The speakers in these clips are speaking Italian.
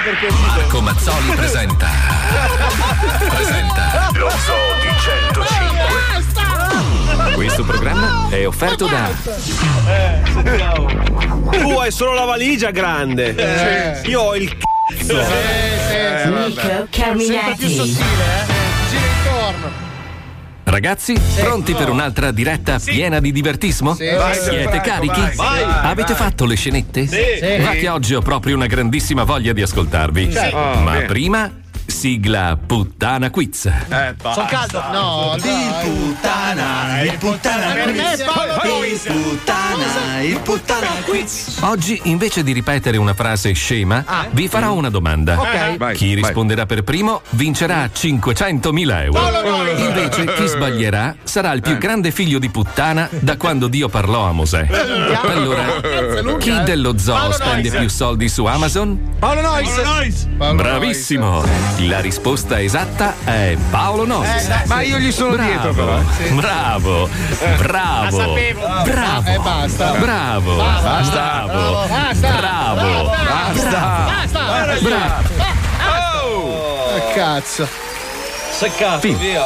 perché Marco Mazzoli presenta Lo Zoo di 105. Questo programma è offerto da tu hai solo la valigia grande. Io ho il cazzo. Nico Carminati. Sempre più sottile, gira intorno. Ragazzi, pronti per un'altra diretta piena di divertismo? Vai, Siete Franco, carichi? vai. Avete fatto le scenette? Sì. Va che oggi ho proprio una grandissima voglia di ascoltarvi. Ma bene. prima, sigla Puttana Quiz. Sono caldo. No, Il puttana per me è Paolo il puttana quiz. Oggi, invece di ripetere una frase scema, vi farò una domanda. Ok. Vai, Chi vai. risponderà per primo vincerà 500.000 euro. Invece chi sbaglierà sarà il più grande figlio di puttana da quando Dio parlò a Mosè. Allora, chi dello zoo Paolo spende Noyes. più soldi su Amazon? Paolo Noyes. Bravissimo! La risposta esatta è Paolo Noyes. Ma io gli sono dietro, però. Bravo, bravo, sapevo. bravo, Basta. bravo, Basta. bravo, Basta. bravo, bravo. Cazzo. Seccato, via.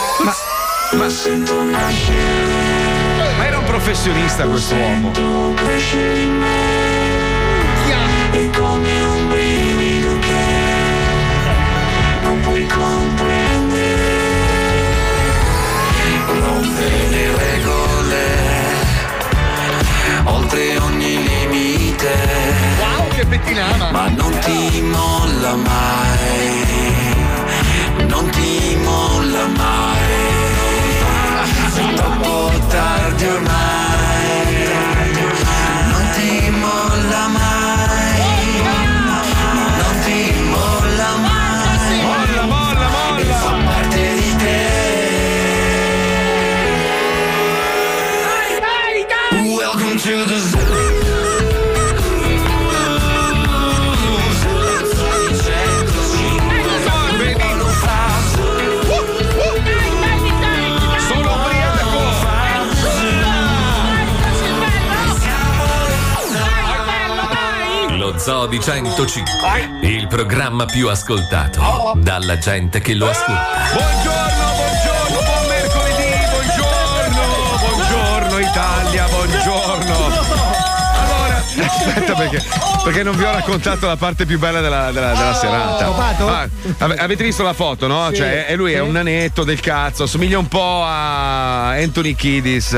Ma era un professionista quest'uomo. Rompe le regole, oltre ogni limite, Wow, che pettinama. ma non ti molla mai, non ti molla mai. È troppo tardi ormai, non ti molla mai, non ti molla mai. Molla. Fa parte di te. Welcome to the zoo. Sono ubriaco. Lo Zoo di 105, il programma più ascoltato dalla gente che lo ascolta. Buongiorno, buon mercoledì, buongiorno Italia, buongiorno. Allora, aspetta perché non vi ho raccontato la parte più bella della serata. Avete visto la foto, no? Cioè, e lui è un nanetto del cazzo, somiglia un po' a Anthony Kiedis,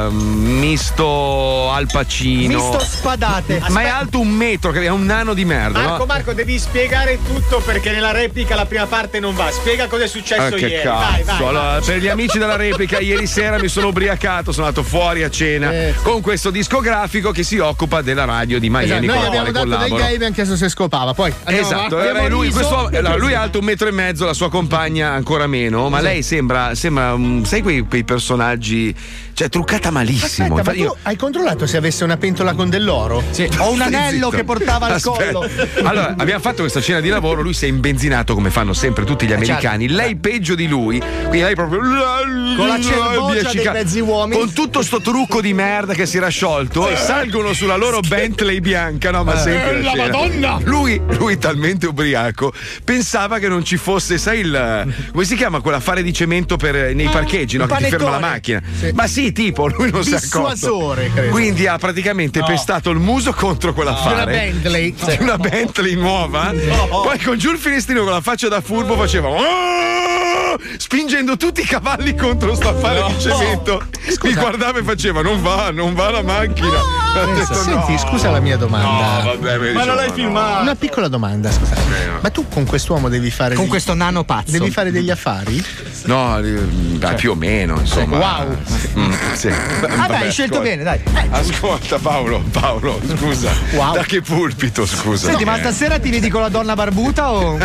misto Al Pacino. Misto spadate. Ma è alto 1 metro, che è un nano di merda, no? Marco, devi spiegare tutto perché nella replica la prima parte non va. Spiega cosa è successo Che ieri. cazzo. Vai. Allora, per gli amici della replica, ieri sera mi sono ubriacato, sono andato fuori a cena con questo discografico che si occupa della radio di Miami. Noi con la abbiamo quale dato del collaboro. gay e abbiamo chiesto se scopava. Poi andiamo Esatto, avanti. lui è alto 1,5 metri, la sua compagna ancora meno, ma lei sembra sai quei personaggi, cioè truccata malissimo. Aspetta, ma tu hai controllato se avesse una pentola con dell'oro? Sì. Ho un Stai anello zitto. che portava al Aspetta. collo. Allora, abbiamo fatto questa cena di lavoro, lui si è imbenzinato come fanno sempre tutti gli americani, lei peggio di lui, quindi lei proprio Con la cervocia dei mezzi uomini. con tutto sto trucco di merda che si era sciolto e salgono sulla loro Bentley bianca, no, ma sempre la scena. Madonna! Lui talmente ubriaco pensava che non ci fosse, sai come si chiama quell'affare di cemento nei parcheggi, no? Che ti ferma la panettone. macchina. Sì. Ma sì, tipo, lui non si è accorto. Dissuasore, credo. Quindi ha praticamente pestato il muso contro quell'affare. Una Bentley. Di una Bentley nuova. Poi con giù il finestrino con la faccia da furbo faceva spingendo tutti i cavalli contro sto affare di cemento. Mi guardava e faceva non va la macchina. Ha detto, Senti, no. scusa la mia domanda. No, vabbè, Ma non l'hai filmato. Una piccola domanda, scusa. Ma tu con quest'uomo devi fare Con questo nano pazzo. devi fare degli affari? No, dai, più o meno, insomma. Wow. Sì. Vabbè, hai scelto bene, dai. Ascolta Paolo, scusa. Wow. Da che pulpito, scusa? Senti, ma stasera ti vedi con la donna barbuta o.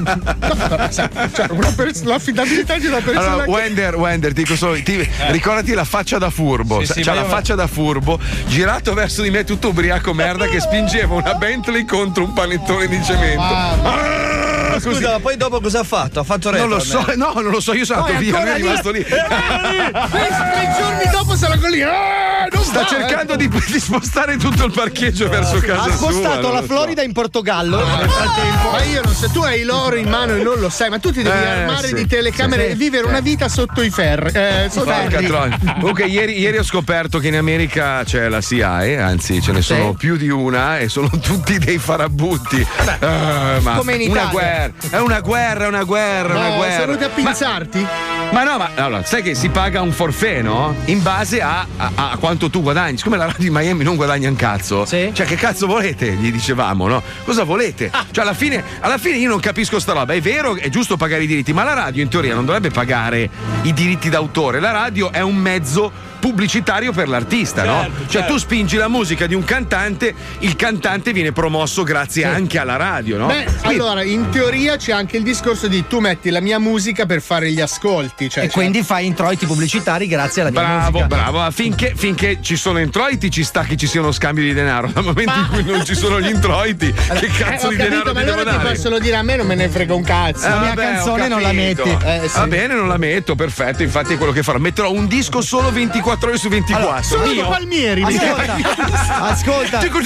Cioè, l'affidabilità di una persona. Allora, Wender, ti dico solo, ricordati la faccia da furbo. Sì, C'ha ma la io- faccia da furbo, girato verso di me tutto ubriaco merda che spingeva una Bentley contro un panettone di cemento. Scusa, ma poi dopo cosa ha fatto? Ha fatto retro? Non lo so, no, non lo so, io sono andato via, lui è rimasto lì. 3 giorni dopo sarà lì. Sta cercando di spostare tutto il parcheggio verso casa sua. Ha spostato la Florida in Portogallo nel frattempo. Ma io non so, tu hai l'oro in mano e non lo sai, ma tu ti devi armare di telecamere e vivere una vita sotto i ferri. Comunque ieri ho scoperto che in America c'è la CIA, anzi ce ne sono più di una e sono tutti dei farabutti. Ma come in Italia. È una guerra. Sono venuti a pinzarti? Ma allora, sai che si paga un forfait, no? In base a quanto tu guadagni. Siccome la radio di Miami non guadagna un cazzo, cioè che cazzo volete? Gli dicevamo, no? Cosa volete? Cioè alla fine io non capisco sta roba. È vero, è giusto pagare i diritti, ma la radio in teoria non dovrebbe pagare i diritti d'autore. La radio è un mezzo pubblicitario per l'artista, no? Cioè tu spingi la musica di un cantante, il cantante viene promosso grazie anche alla radio, no? Allora, in teoria c'è anche il discorso di tu metti la mia musica per fare gli ascolti, e quindi fai introiti pubblicitari grazie alla mia musica. Bravo, finché ci sono introiti ci sta che ci sia uno scambio di denaro. Dal momento in cui non ci sono gli introiti, che cazzo di denaro ma ti devo allora dare? Ti possono dire a me non me ne frega un cazzo. La mia canzone non la metti. Va bene, non la metto, perfetto, infatti è quello che farò. Metterò un disco solo 24 ore su 24. Sono Palmieri. Ascolta. Lì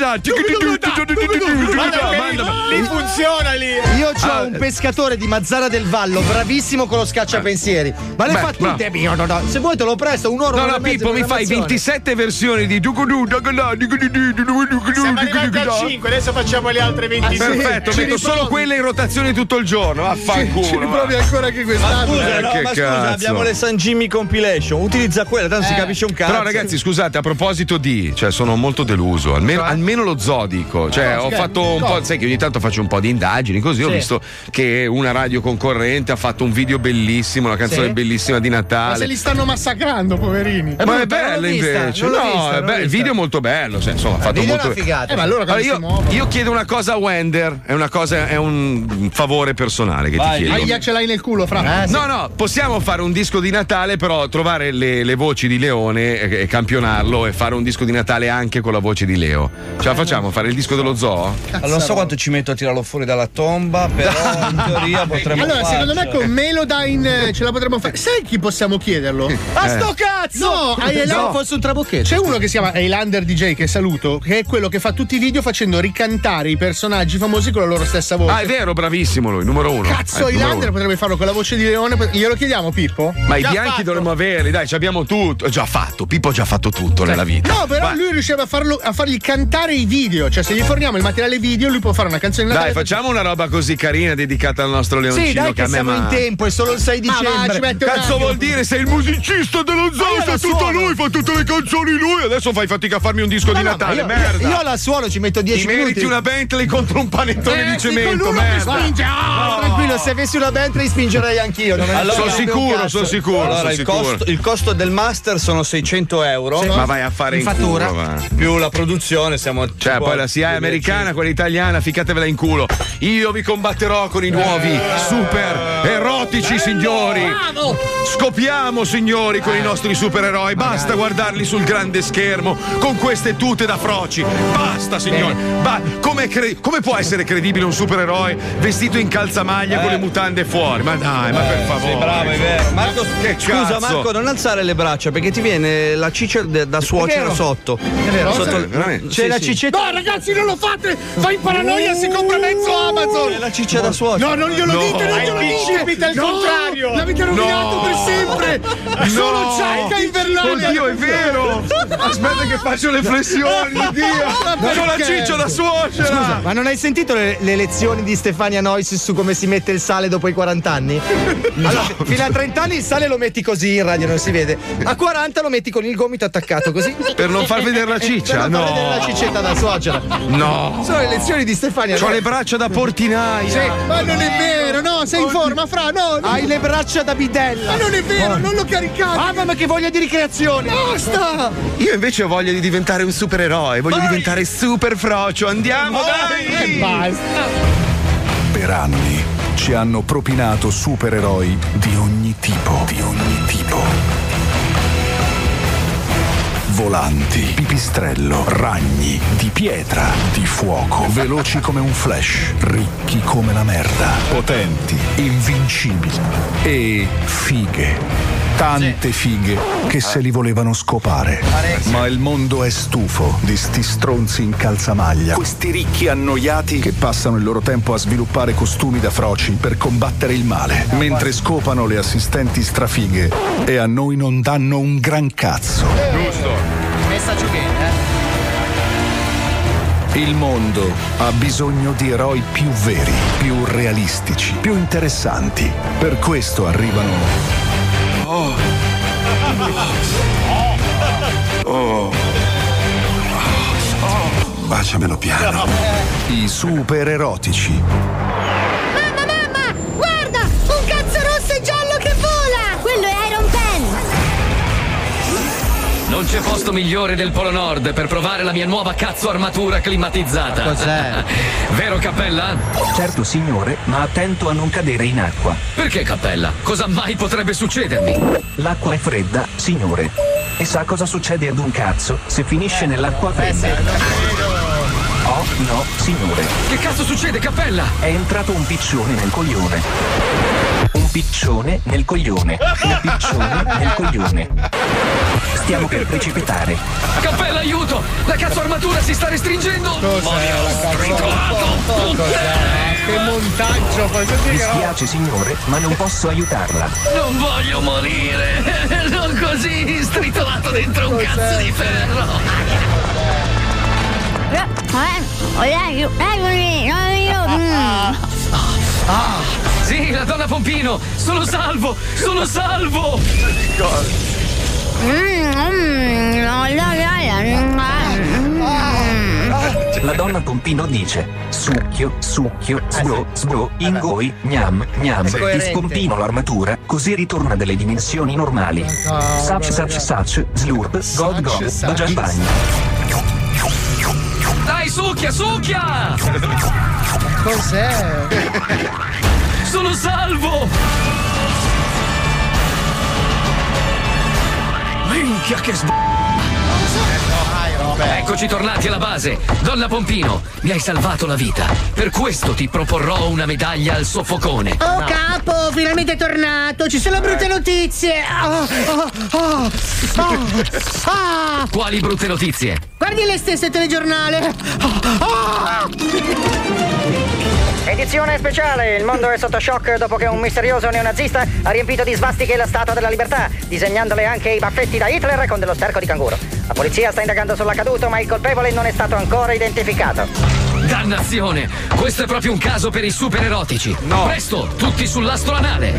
funziona lì. Io ho un pescatore di Mazzara del Vallo, bravissimo con lo scacciapensieri. Ma le fa tutte mio. Se vuoi te lo presto un'ora. No, Pippo, mi fai 27 versioni di siamo arrivati al 5, adesso facciamo le altre 26. Perfetto, metto solo quelle in rotazione tutto il giorno. Vaffanculo. Ci riprovi ancora anche quest'anno. Scusa, abbiamo le San Jimmy Compilation. Utilizza quella, tanto si capisce un cazzo. Però ragazzi, scusate, a proposito cioè sono molto deluso. Almeno lo Zodico. Cioè, ho fatto un po', sai che ogni tanto faccio un po' di indagini, così ho visto che una radio concorrente ha fatto un video bellissimo, una canzone bellissima di Natale. Ma se li stanno massacrando, poverini. Ma è bello invece. Il video è molto bello. Cioè, insomma, ha fatto molto figata. Ma allora io chiedo una cosa a Wender, è un favore personale che ti chiedo. Aia, ce l'hai nel culo, fra. No, possiamo fare un disco di Natale, però trovare le voci di Leone e campionarlo e fare un disco di Natale anche con la voce di Leo. Ce la facciamo fare il disco dello zoo? Non so quanto ci metto a tirarlo fuori dalla tomba, però in teoria potremmo Allora, secondo me con Melodyne ce la potremmo fare. Sai chi possiamo chiederlo? A sto cazzo! No, fosse un trabocchetto. C'è uno che si chiama Highlander DJ, che saluto, che è quello che fa tutti i video facendo ricantare i personaggi famosi con la loro stessa voce. Ah, è vero, bravissimo lui, numero uno. Cazzo, Highlander potrebbe farlo con la voce di Leone. Glielo chiediamo, Pippo? Ma i bianchi dovremmo averli, dai, ci abbiamo tutto. Già fatto, Pippo ha già fatto tutto nella vita. No, però lui riusciva a fargli cantare i video. Cioè, se gli forniamo il materiale video, lui può fare una canzone di Natale. Dai, facciamo una roba così carina dedicata al nostro Leoncino. Sì, dai, che a me siamo in tempo, è solo il 6 dicembre. Cazzo vuol dire? Sei il musicista dello zoo, fa tutto lui, fa tutte le canzoni lui. Adesso fai fatica a farmi un disco di Natale, merda. Io la suono, ci metto 10 minuti. Ti meriti una Bentley contro un panettone di cemento, merda. Tranquillo, se avessi una Bentley spingerei anch'io. Sono sicuro. Allora, il costo del master sono 600 euro. Ma vai a fare in fattura culo, va. Più la produzione, siamo. Cioè, poi la CIA è americana, quella italiana, ficatevela in culo. Io vi combatterò con i nuovi super erotici, signori. Scopiamo, signori, con i nostri supereroi. Basta guardarli sul grande schermo con queste tute da froci. Basta, signori. Come può essere credibile un supereroe vestito in calzamaglia con le mutande fuori? Ma dai, ma per favore. Sei bravo, è vero. Marco, scusa, cazzo? Marco, non alzare le braccia perché ti viene la ciccia da suocera sotto. È vero? C'è la ciccetta. No, ragazzi, non lo fate! Fa in paranoia, si compra mezzo Amazon! È la ciccia da suocera. No, non glielo dite, non glielo dite! Al contrario! L'avete rovinato per sempre! Solo ciacca invernale! Oddio, è vero! Aspetta che faccio le flessioni, Dio! C'ho la ciccia da suocera! Scusa, ma non hai sentito le lezioni di Stefania Nois su come si mette il sale dopo i 40 anni? Allora, fino a 30 anni il sale lo metti così in radio, non si vede. A 40 lo metti con il gomito attaccato così. Per non far vedere la ciccia? Per non far vedere la ciccetta da suocera. No! Sono le lezioni di Stefania. C'ho le braccia da portinaia. Sì, ma non è vero, no, sei in forma, fra, no! Hai le braccia da bidella. Ma non è vero, non l'ho caricato! Ah, ma che voglia di ricreazione! Basta! Io invece ho voglia di diventare un supereroe, voglio diventare super frocio. Andiamo, dai! Basta! Per anni ci hanno propinato supereroi di ogni tipo. volanti, pipistrello, ragni, di pietra, di fuoco, veloci come un flash, ricchi come la merda, potenti, invincibili e fighe. Tante fighe che se li volevano scopare. Ma il mondo è stufo di sti stronzi in calzamaglia. Questi ricchi annoiati che passano il loro tempo a sviluppare costumi da froci per combattere il male, mentre scopano le assistenti strafighe e a noi non danno un gran cazzo. Giusto. Messaggio gay, Il mondo ha bisogno di eroi più veri, più realistici, più interessanti. Per questo arrivano... Baciamelo piano. I super erotici. Mamma, guarda! Un cazzo rosso e giallo che vola! Quello è Iron Pen! Non c'è posto migliore del Polo Nord per provare la mia nuova cazzo armatura climatizzata. Cos'è? Vero, Cappella? Certo, signore, ma attento a non cadere in acqua. Perché, Cappella? Cosa mai potrebbe succedermi? L'acqua è fredda, signore. E sa cosa succede ad un cazzo se finisce nell'acqua fredda? Oh, no, signore. Che cazzo succede, Cappella? È entrato un piccione nel coglione. Un piccione nel coglione. Un piccione nel coglione. Stiamo per precipitare. Cappella, aiuto! La cazzo armatura si sta restringendo! Che montaggio! Mi spiace, signore, ma non posso aiutarla. Non voglio morire! Non così, stritolato dentro un cazzo di ferro! Sì, la donna Pompino! Sono salvo! Sono salvo! La donna Pompino dice: succhio, succhio, sbro, sbro, ingoi, gnam, gnam. Ti scompino l'armatura, così ritorna delle dimensioni normali. Sac, sac, sac, slurp, god, god, bagiambagno. Dai, succhia, succhia! Cos'è? Sono salvo! Minchia che Eccoci tornati alla base. Donna Pompino, mi hai salvato la vita. Per questo ti proporrò una medaglia al soffocone. Oh, capo, finalmente è tornato. Ci sono brutte notizie. Quali brutte notizie? Guardi le stesse telegiornale. Edizione speciale, il mondo è sotto shock dopo che un misterioso neonazista ha riempito di svastiche la Statua della Libertà, disegnandole anche i baffetti da Hitler con dello sterco di canguro. La polizia sta indagando sull'accaduto, ma il colpevole non è stato ancora identificato. Dannazione! Questo è proprio un caso per i super erotici. No. Presto, tutti sull'astro anale.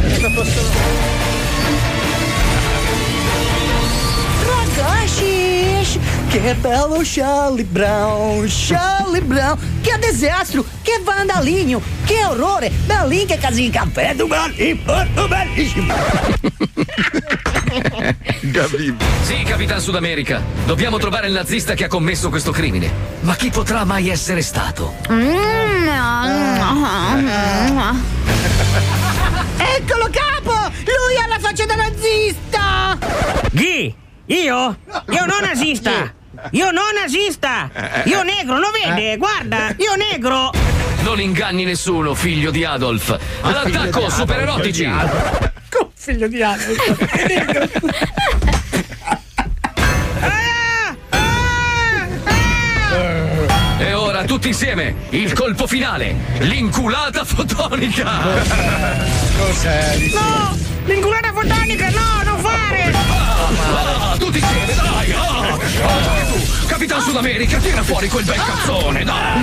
Ragazzi, che bello Charlie Brown, che desastro, che vandalinho, che orrore, Berlim che casinha em café do bellissimo. Sì, Capitan Sud America, dobbiamo trovare il nazista che ha commesso questo crimine. Ma chi potrà mai essere stato? Eccolo, capo! Lui ha la faccia da nazista! Ghi! Io? Io non nazista! Io non nazista! Io negro, lo vede? Guarda, io negro! Non inganni nessuno, figlio di Adolf! All'attacco, super erotici! Figlio di Adolf! E ora tutti insieme, il colpo finale, l'inculata fotonica! Cos'è? No! L'inculata fotonica, no, non fare! Tutti insieme, dai! Capitan Sud America, tira fuori quel bel cazzone, dai!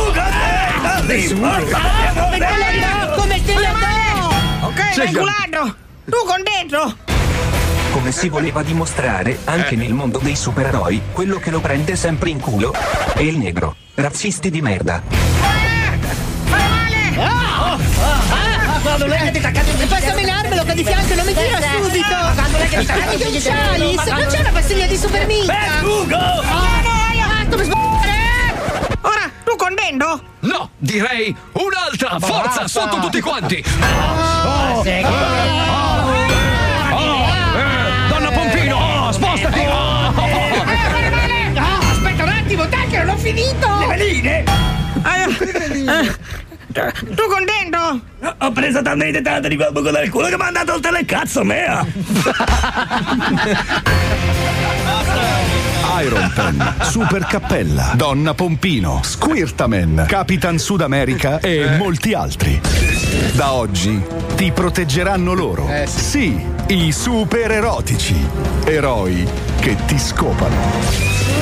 Come te la do? Ok, l'inculato! Tu con dentro! Come si voleva dimostrare, anche nel mondo dei supereroi, quello che lo prende sempre in culo è il negro. Razzisti di merda. Quando lei che ti attacca passa a menarmelo che di fianco non mi tira subito. Quando lei che ti attacca di Chalice, non c'è una pastiglia di super minca. Come sbagliare? Ora, tu con dentro? No, direi un'altra! Forza, sotto tutti quanti! Donna Pompino, spostati! finito? Le veline? Tu contento? Ho preso talmente tanto di quel buco dal culo che mi ha dato il telecazzo mea. Iron Pen, Super Cappella, Donna Pompino, Squirtaman, Capitan Sud America e molti altri. Da oggi ti proteggeranno loro. Sì, i super erotici. Eroi che ti scopano.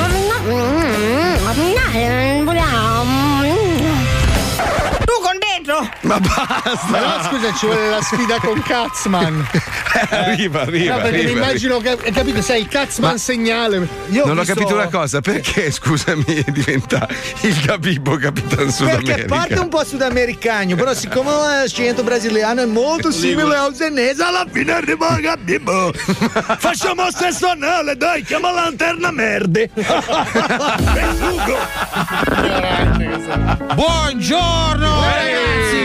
Tu contento? Ma basta! Ma no, scusa, ci vuole la sfida con Katzman. Arriva. No, perché mi immagino che, capito, sei il Katzman segnale. Non ho capito una cosa, perché, scusami, diventa il Gabibbo Capitan Sud America? Perché parte un po' sudamericano, però siccome l'accento brasiliano è molto simile al senese, alla fine arriva il Gabibbo. Facciamo lo stesso anale, dai, chiama la lanterna merde. Buongiorno ragazzi!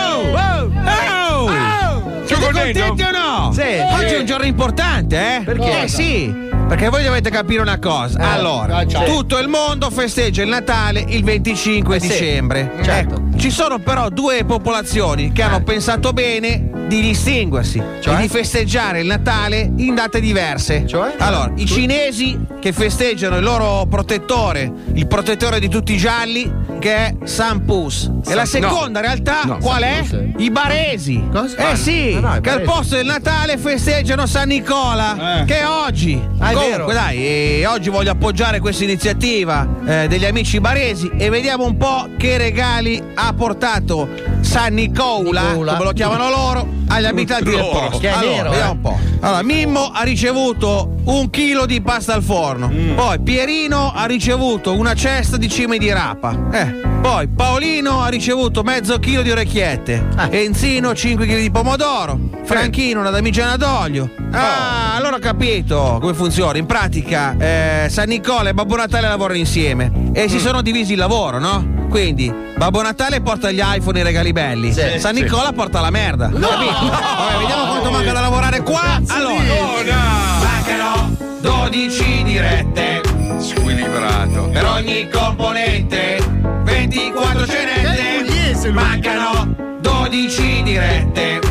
Siete contenti o no? Sì. Oggi è un giorno importante, eh? Perché? Sì, perché voi dovete capire una cosa. Allora, tutto il mondo festeggia il Natale il 25 dicembre. Certo. Ecco, ci sono però due popolazioni che hanno pensato bene di distinguersi e di festeggiare il Natale in date diverse. Allora, i cinesi che festeggiano il loro protettore, il protettore di tutti i gialli, che è San Pus. E la seconda realtà qual è? I baresi. Cosa? Sì, che al posto del Natale festeggiano San Nicola, che è oggi. Comunque dai, oggi voglio appoggiare questa iniziativa degli amici baresi e vediamo un po' che regali ha portato San Nicola, come lo chiamano loro, agli abitanti del posto. Che è nero, vediamo un po'. Allora, Mimmo ha ricevuto 1 chilo di pasta al forno. Poi Pierino ha ricevuto una cesta di cime di rapa. Poi Paolino ha ricevuto mezzo chilo di orecchiette. Enzino 5 kg di pomodoro. Franchino una damigiana d'olio. Allora ho capito come funziona. In pratica San Nicola e Babbo Natale lavorano insieme e si sono divisi il lavoro, no? Quindi Babbo Natale porta gli iPhone e i regali belli. San Nicola porta la merda. Capito? Vabbè, vediamo quanto manca da lavorare qua. Allora, mancano 12 dirette. Squilibrato. Per ogni componente 24 cenette. Mancano 12 dirette.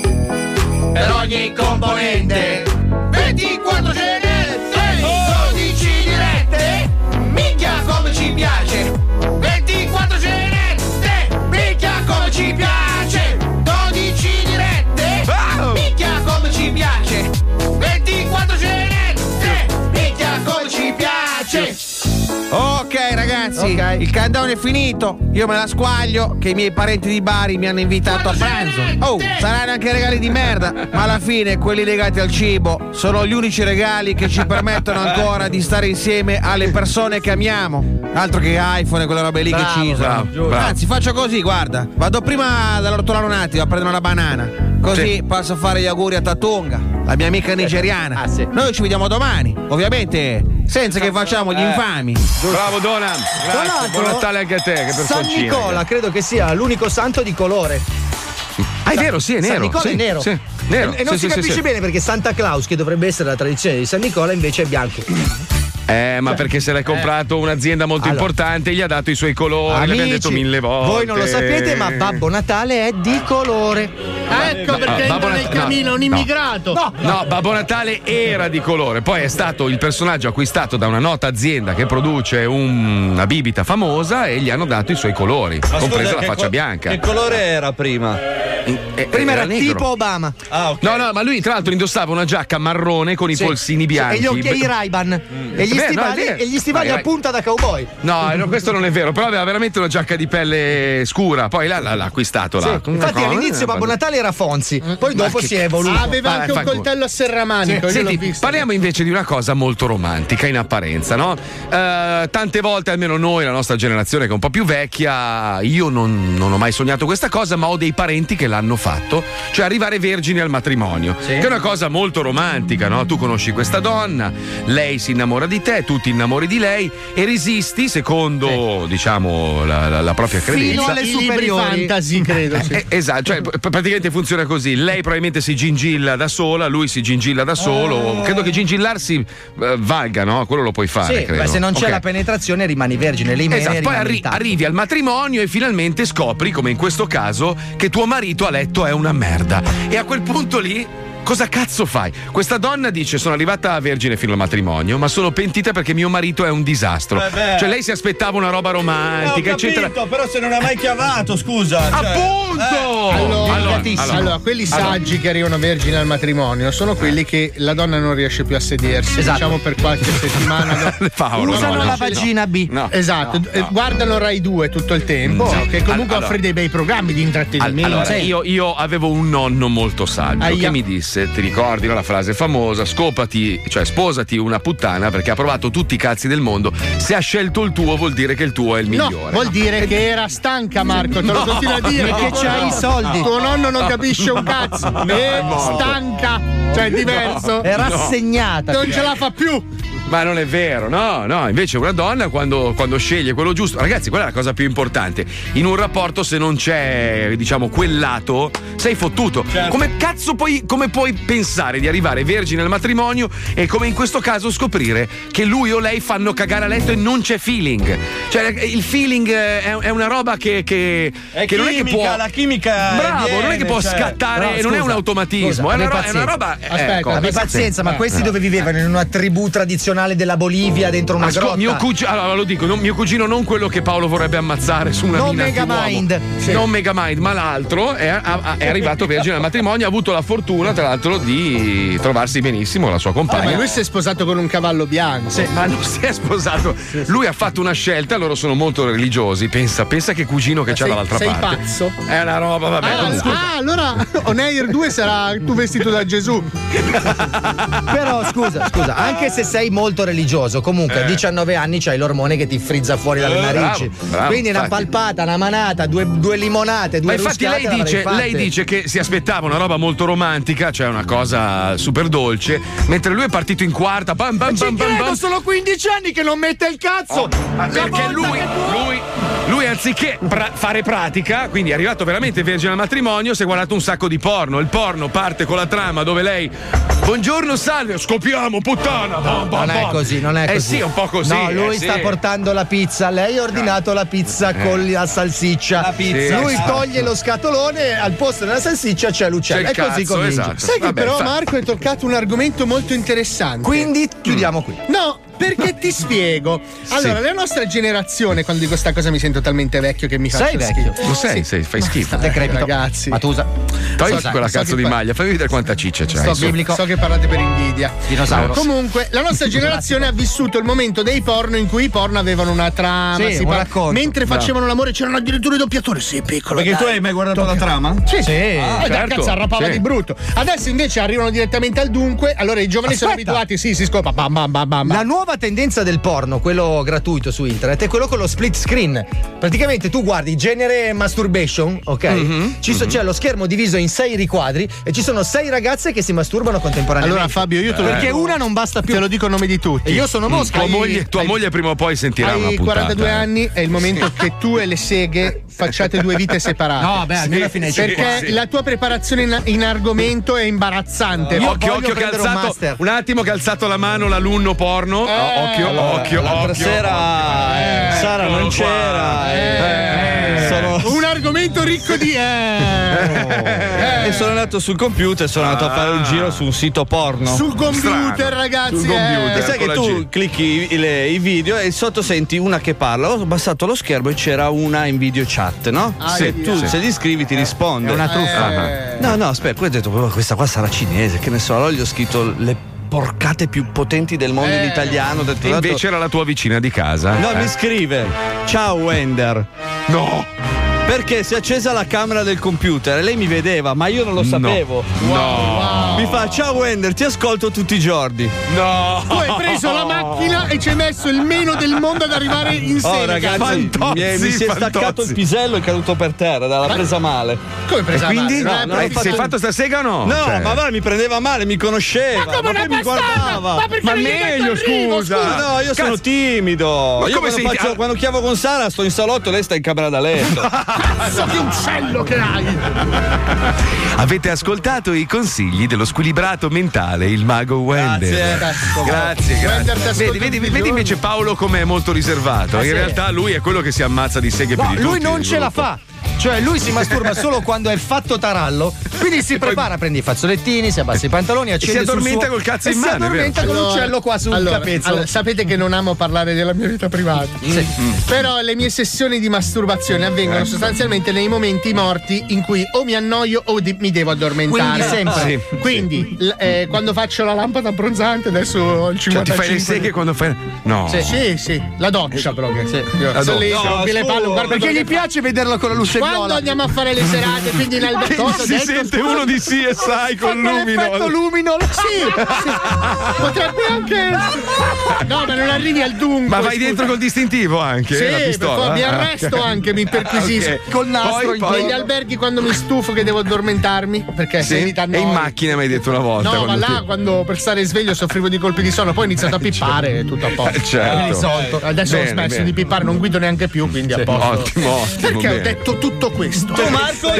Per ogni componente 24 cenette. 12 dirette. Minchia come ci piace. 24 cenette. Minchia come ci piace. 12 dirette. Minchia come ci piace. 24 cenette. Minchia come ci piace. Ok ragazzi, il countdown è finito. Io me la squaglio che i miei parenti di Bari mi hanno invitato a pranzo. Saranno anche regali di merda, ma alla fine quelli legati al cibo sono gli unici regali che ci permettono ancora di stare insieme alle persone che amiamo. Altro che iPhone e quelle robe lì che ci usano. Anzi, faccio così, guarda. Vado prima dall'ortolano un attimo a prendere una banana. Così posso fare gli auguri a Tatunga, la mia amica nigeriana. Noi ci vediamo domani, ovviamente senza che facciamo gli infami. Bravo Dona, grazie. Buon Natale anche a te. Che San Nicola credo che sia l'unico santo di colore. È vero, sì, è nero. San Nicola è nero. Sì, nero. E non si capisce bene perché Santa Claus, che dovrebbe essere la tradizione di San Nicola, invece è bianco. Ma perché se l'hai comprato un'azienda molto importante, gli ha dato i suoi colori, l'abbiamo detto 1000 volte. Voi non lo sapete, ma Babbo Natale è di colore. Ecco perché entra nel camino un immigrato. No, Babbo Natale era di colore, poi è stato il personaggio acquistato da una nota azienda che produce una bibita famosa e gli hanno dato i suoi colori, compresa la faccia bianca. Che colore era prima? Prima era negro. tipo Obama. No, ma lui tra l'altro indossava una giacca marrone con i polsini bianchi. E gli occhiali Ray-Ban. E gli stivali a punta da cowboy. No, questo non è vero, però aveva veramente una giacca di pelle scura, poi l'ha acquistato là. Infatti all'inizio Babbo Natale era Fonzi, poi dopo si è evoluto. Aveva anche un coltello a serramanico. Senti, parliamo invece di una cosa molto romantica in apparenza, no? Tante volte, almeno noi, la nostra generazione che è un po' più vecchia, io non ho mai sognato questa cosa, ma ho dei parenti che l'hanno l'hanno fatto, cioè arrivare vergini al matrimonio, che è una cosa molto romantica, no? Tu conosci questa donna, lei si innamora di te, tu ti innamori di lei e resisti secondo, diciamo, la propria credenza. Fino alle superiori. Fantasy, credo. Sì. Esatto, cioè praticamente funziona così. Lei probabilmente si gingilla da sola, lui si gingilla da solo. Credo che gingillarsi valga, no? Quello lo puoi fare, sì, credo. Ma se non c'è la penetrazione rimani vergine, esatto, poi arrivi al matrimonio e finalmente scopri, come in questo caso, che tuo marito a letto è una merda. E a quel punto lì cosa cazzo fai? Questa donna dice: sono arrivata vergine fino al matrimonio, ma sono pentita perché mio marito è un disastro. Cioè lei si aspettava una roba romantica, eccetera. Però se non ha mai chiavato, scusa. Appunto! Allora, quelli saggi che arrivano vergini al matrimonio sono quelli che la donna non riesce più a sedersi, diciamo per qualche settimana. Paolo, usano la vagina B. No. Esatto, guardano Rai 2 tutto il tempo, che comunque offre dei bei programmi di intrattenimento. Allora, io avevo un nonno molto saggio che mi disse: ti ricordi, no, la frase famosa, sposati una puttana perché ha provato tutti i cazzi del mondo, se ha scelto il tuo vuol dire che il tuo è il migliore. No, vuol dire che era stanca, Marco, te lo continuo a dire, perché c'hai i soldi. Tuo nonno non capisce un cazzo, è stanca, cioè è diverso, è rassegnata, non ce la fa più. Ma non è vero, no, invece una donna quando sceglie quello giusto, ragazzi, quella è la cosa più importante. In un rapporto, se non c'è, diciamo, quel lato, sei fottuto. Certo. Come puoi pensare di arrivare vergine al matrimonio e, come in questo caso, scoprire che lui o lei fanno cagare a letto e non c'è feeling? Cioè, il feeling è una roba che chimica, non è che può. La chimica. Bravo, non è che può scattare, no, non è un automatismo, è una roba. Aspetta, abbi pazienza, ma questi dove vivevano? In una tribù tradizionale della Bolivia dentro una grotta. Allora lo dico, mio cugino non quello che Paolo vorrebbe ammazzare su una mina Megamind. Sì. Non Megamind, ma l'altro è arrivato vergine al matrimonio, ha avuto la fortuna tra l'altro di trovarsi benissimo la sua compagna. Ma lui si è sposato con un cavallo bianco. Sì, ma non si è sposato. Lui ha fatto una scelta, loro sono molto religiosi. Pensa che cugino che c'ha dall'altra parte. Sei pazzo? È una roba, vabbè. Allora On Air 2 sarà tu vestito da Gesù. Però scusa, anche se sei molto religioso, comunque a 19 anni c'hai l'ormone che ti frizza fuori dalle narici. Bravo, quindi una palpata, una manata, due limonate, due ruscate. Ma infatti lei dice che si aspettava una roba molto romantica, cioè una cosa super dolce, mentre lui è partito in quarta. Sono 15 anni che non mette il cazzo. Perché lui anziché fare pratica, quindi è arrivato veramente vergine al matrimonio, si è guardato un sacco di porno. Il porno parte con la trama dove lei: buongiorno, salve, scopiamo, puttana. Non è così. Sì, è un po' così. No, lui sta portando la pizza, lei ha ordinato la pizza con la salsiccia. La pizza. Lui toglie lo scatolone, al posto della salsiccia c'è l'uccello. C'è e così comincia. Esatto. Sai che però Marco hai toccato un argomento molto interessante. Quindi chiudiamo qui. No, perché ti spiego. Allora, la nostra generazione, quando dico sta cosa mi sento talmente vecchio che mi faccio Sei vecchio? Lo sei, fai schifo. Decrepito. Ragazzi. Matusa. Togli quella cazzo di maglia, fammi vedere quanta ciccia c'hai. So che parlate per invidia. Dinosauro. Comunque, la nostra generazione ha vissuto il momento dei porno in cui i porno avevano una trama, un racconto. mentre facevano l'amore c'erano addirittura i doppiatori. Sì, piccolo. Perché tu hai mai guardato la trama? Sì. Certo. Cazzo, arrapava di brutto. Adesso invece arrivano direttamente al dunque, allora i giovani sono abituati, si scopa, bam bam bam bam. La nuova tendenza del porno, quello gratuito su internet, è quello con lo split screen. Praticamente tu guardi genere masturbation, ok? C'è lo schermo diviso in 6 riquadri e ci sono 6 ragazze che si masturbano contemporaneamente. Allora Fabio, io te lo perché una non basta più. Te lo dico a nome di tutti. E io sono Mosca. Tua moglie prima o poi sentirà una puntata. Hai 42 anni, è il momento che tu e le seghe facciate 2 vite separate. No, beh, almeno fino ai 50. Perché la tua preparazione in argomento è imbarazzante. Occhio che ha alzato un attimo che ha alzato la mano l'alunno porno. Occhio. L'altra sera Sara non c'era. Un argomento ricco di e sono andato sul computer e sono andato a fare un giro su un sito porno. Sul computer, ragazzi. Sul computer. E sai che tu clicchi i video e sotto senti una che parla. Ho abbassato lo schermo e c'era una in video chat, no? Se gli iscrivi ti risponde. È una truffa. No, aspetta, poi ho detto questa qua sarà cinese, che ne so. Allora gli ho scritto le porcate più potenti del mondo in italiano. E invece era la tua vicina di casa. No, mi scrive: ciao Wender. No. Perché si è accesa la camera del computer e lei mi vedeva, ma io non lo sapevo. No. Mi fa: ciao Wender, ti ascolto tutti i giorni. No. Tu hai preso la macchina e ci hai messo il meno del mondo ad arrivare in sede. Oh ragazzi, mi si è staccato il pisello e è caduto per terra, dalla presa male. Come presa quindi? male? No, sei fatto sta sega o no? No, ma va, mi prendeva male, mi conosceva. Ma come poi mi guardava. Ma meglio, scusa. No, io sono timido. Ma io come quando chiavo con Sara sto in salotto, lei sta in camera da letto. Cazzo, che uccello che hai! Avete ascoltato i consigli dello squilibrato mentale, il mago Wender. Grazie. Vedi invece Paolo com'è molto riservato. In realtà lui è quello che si ammazza di seghe più di tutti. Lui non ce la fa. Cioè lui si masturba solo quando è fatto tarallo, quindi si prepara, prende i fazzolettini, si abbassa i pantaloni, accende e si addormenta col cazzo in mano. Si addormenta con l'uccello qua sul capezzolo. Allora, sapete che non amo parlare della mia vita privata. Sì. Però le mie sessioni di masturbazione avvengono sostanzialmente nei momenti morti in cui o mi annoio o mi devo addormentare. Quindi sempre. Sì. Quindi quando faccio la lampada abbronzante, adesso ho il 55. Cioè, ti fai le seghe quando fai. No. Sì. La doccia proprio. Sì. Sono lì, rompi le palle, guarda perché gli piace vederlo con la luce quando viola. andiamo a fare le serate, quindi in albergo si sente uno di CSI con luminol. Sì. Potrebbe anche. No, ma non arrivi al dunque. Ma vai dentro col distintivo anche? Sì, la pistola? mi arresto anche, mi perquisisco. Okay. Col nastro negli alberghi quando mi stufo che devo addormentarmi. Perché sì? E in macchina mi hai detto una volta. No, ma là quando per stare sveglio soffrivo di colpi di sonno, poi ho iniziato a pippare, tutto a posto. Certo. Adesso ho smesso di pippare, non guido neanche più, quindi a posto. Ottimo. Perché ho detto tutto questo? Tu Marco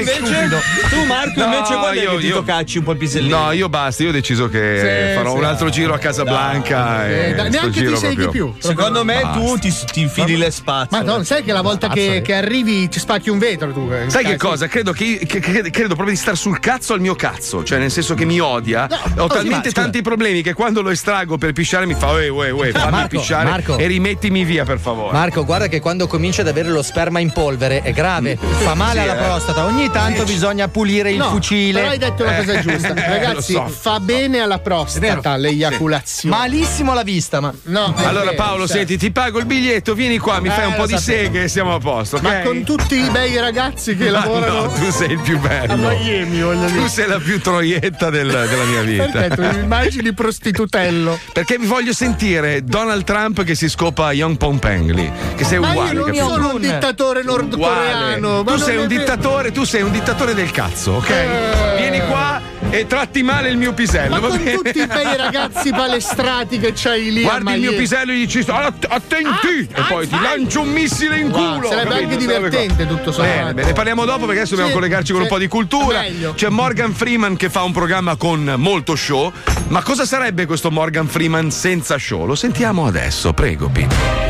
invece quando è che ti tocacci un po' il pisellino? No, io basta, io ho deciso che farò un altro giro a Casablanca. Neanche ti sei di più. Secondo me tu ti infili le spazzole. Ma no, sai che la volta che arrivi ci spacchi un vetro tu. Sai che cosa? Credo proprio di star sul cazzo al mio cazzo, cioè nel senso che mi odia. Ho talmente tanti problemi che quando lo estrago per pisciare mi fa fammi pisciare e rimettimi via per favore. Marco, guarda che quando cominci ad avere lo sperma in polvere è grave, fa male alla prostata. Ogni tanto bisogna pulire il fucile. Però hai detto una cosa giusta, ragazzi, fa bene alla prostata l'eiaculazione. Malissimo alla vista, ma no. Allora Paolo, senti, ti pago il biglietto, vieni qua, mi fai un po' di seghe e siamo a posto. Okay? Ma con tutti i bei ragazzi che lavorano. No, tu sei il più bello. A Miami, tu sei la più troietta della mia vita. Perché tu mi immagini prostitutello? Perché mi voglio sentire Donald Trump che si scopa Young Pompeng lì, che sei uguale. Ma io non sono un dittatore nordcoreano. Tu sei un dittatore del cazzo, ok? Vieni qua e tratti male il mio pisello. Ma con tutti i bei ragazzi palestrati che c'hai lì. Guardi il mio pisello e gli dici attenti! E poi ti lancio un missile in culo. Sarebbe anche divertente tutto sommato. Bene, parliamo dopo perché adesso dobbiamo collegarci con un po' di cultura. C'è Morgan Freeman che fa un programma con molto show. Ma cosa sarebbe questo Morgan Freeman senza show? Lo sentiamo adesso, prego Pete.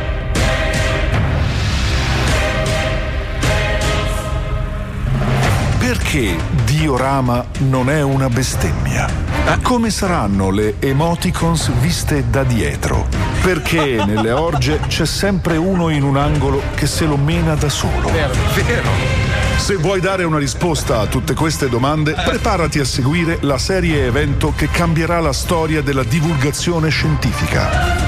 Perché diorama non è una bestemmia? Come saranno le emoticons viste da dietro? Perché nelle orge c'è sempre uno in un angolo che se lo mena da solo? Vero. Se vuoi dare una risposta a tutte queste domande, preparati a seguire la serie evento che cambierà la storia della divulgazione scientifica.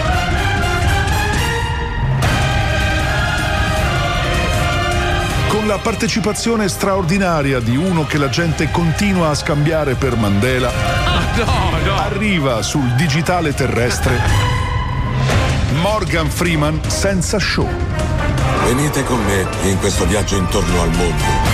Con la partecipazione straordinaria di uno che la gente continua a scambiare per Mandela, arriva sul digitale terrestre Morgan Freeman senza show. Venite con me in questo viaggio intorno al mondo.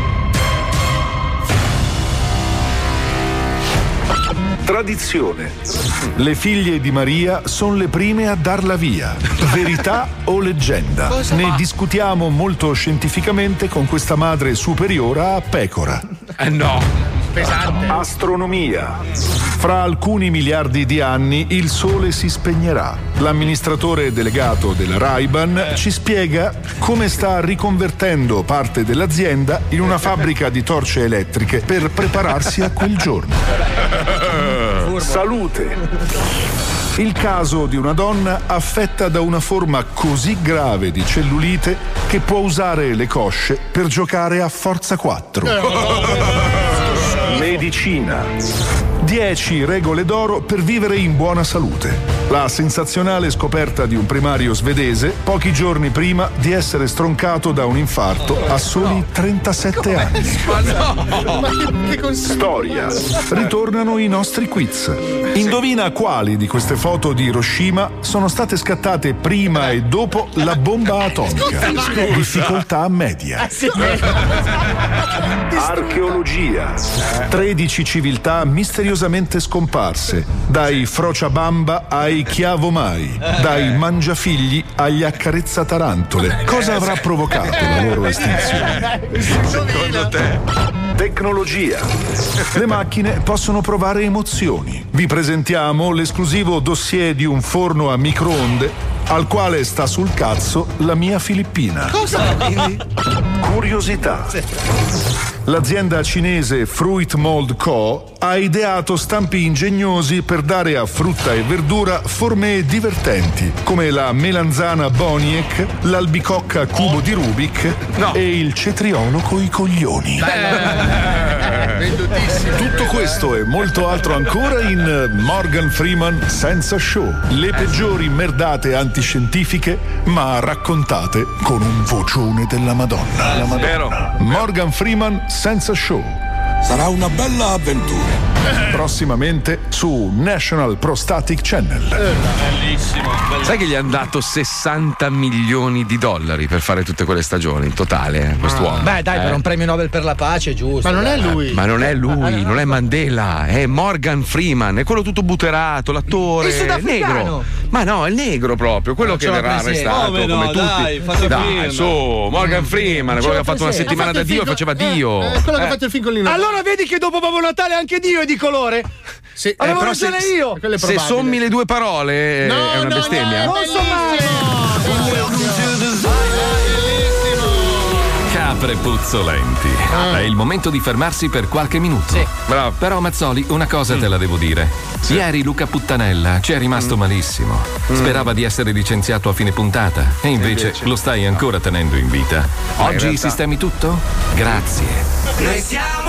Tradizione. Le figlie di Maria sono le prime a darla via. Verità o leggenda? Ne discutiamo molto scientificamente con questa madre superiora a pecora. No. Pesante. Astronomia. Fra alcuni miliardi di anni il sole si spegnerà. L'amministratore delegato della Ray-Ban ci spiega come sta riconvertendo parte dell'azienda in una fabbrica di torce elettriche per prepararsi a quel giorno. Salute. Il caso di una donna affetta da una forma così grave di cellulite che può usare le cosce per giocare a Forza 4. Medicina. 10 regole d'oro per vivere in buona salute. La sensazionale scoperta di un primario svedese pochi giorni prima di essere stroncato da un infarto a soli 37 anni. Storia. Ritornano i nostri quiz. Indovina quali di queste foto di Hiroshima sono state scattate prima e dopo la bomba atomica. Difficoltà media. Archeologia. 13 civiltà misteriosamente scomparse, dai Frociabamba ai Chiavomai, dai Mangiafigli agli Accarezzatarantole. Cosa avrà provocato la loro estinzione? Secondo te? Tecnologia. Le macchine possono provare emozioni. Vi presentiamo l'esclusivo dossier di un forno a microonde al quale sta sul cazzo la mia Filippina. Cosa? Curiosità. L'azienda cinese Fruit Mold Co. ha ideato stampi ingegnosi per dare a frutta e verdura forme divertenti, come la melanzana Boniek, l'albicocca cubo di Rubik e il cetriolo coi coglioni. Tutto questo e molto altro ancora in Morgan Freeman Senza Show. Le peggiori merdate antiscientifiche, ma raccontate con un vocione della Madonna. Morgan Freeman Senza Show. Sarà una bella avventura. Prossimamente su National Prostatic Channel. Bellissimo. Sai che gli hanno dato 60 milioni di dollari per fare tutte quelle stagioni in totale, quest'uomo. Beh, dai, per un premio Nobel per la pace è giusto. Ma non è lui. Ma non è lui, non è Mandela, è Morgan Freeman, è quello tutto butterato, l'attore. Il sudafricano. Negro. Ma no, è il negro proprio, quello che verrà arrestato come tutti. Dai, su, Morgan Freeman, quello che ha fatto una settimana da Dio e faceva Dio. Quello che ha fatto il film con Lino. Allora vedi che dopo Babbo Natale anche Dio è di colore? Sì, avevo ragione io. Se sommi le due parole è una bestemmia. Non so Capre puzzolenti. È il momento di fermarsi per qualche minuto. Bravo. Però Mazzoli, una cosa te la devo dire. Ieri Luca Puttanella ci è rimasto malissimo. Sperava di essere licenziato a fine puntata e invece lo stai ancora tenendo in vita. Oggi sistemi tutto? Grazie. Noi siamo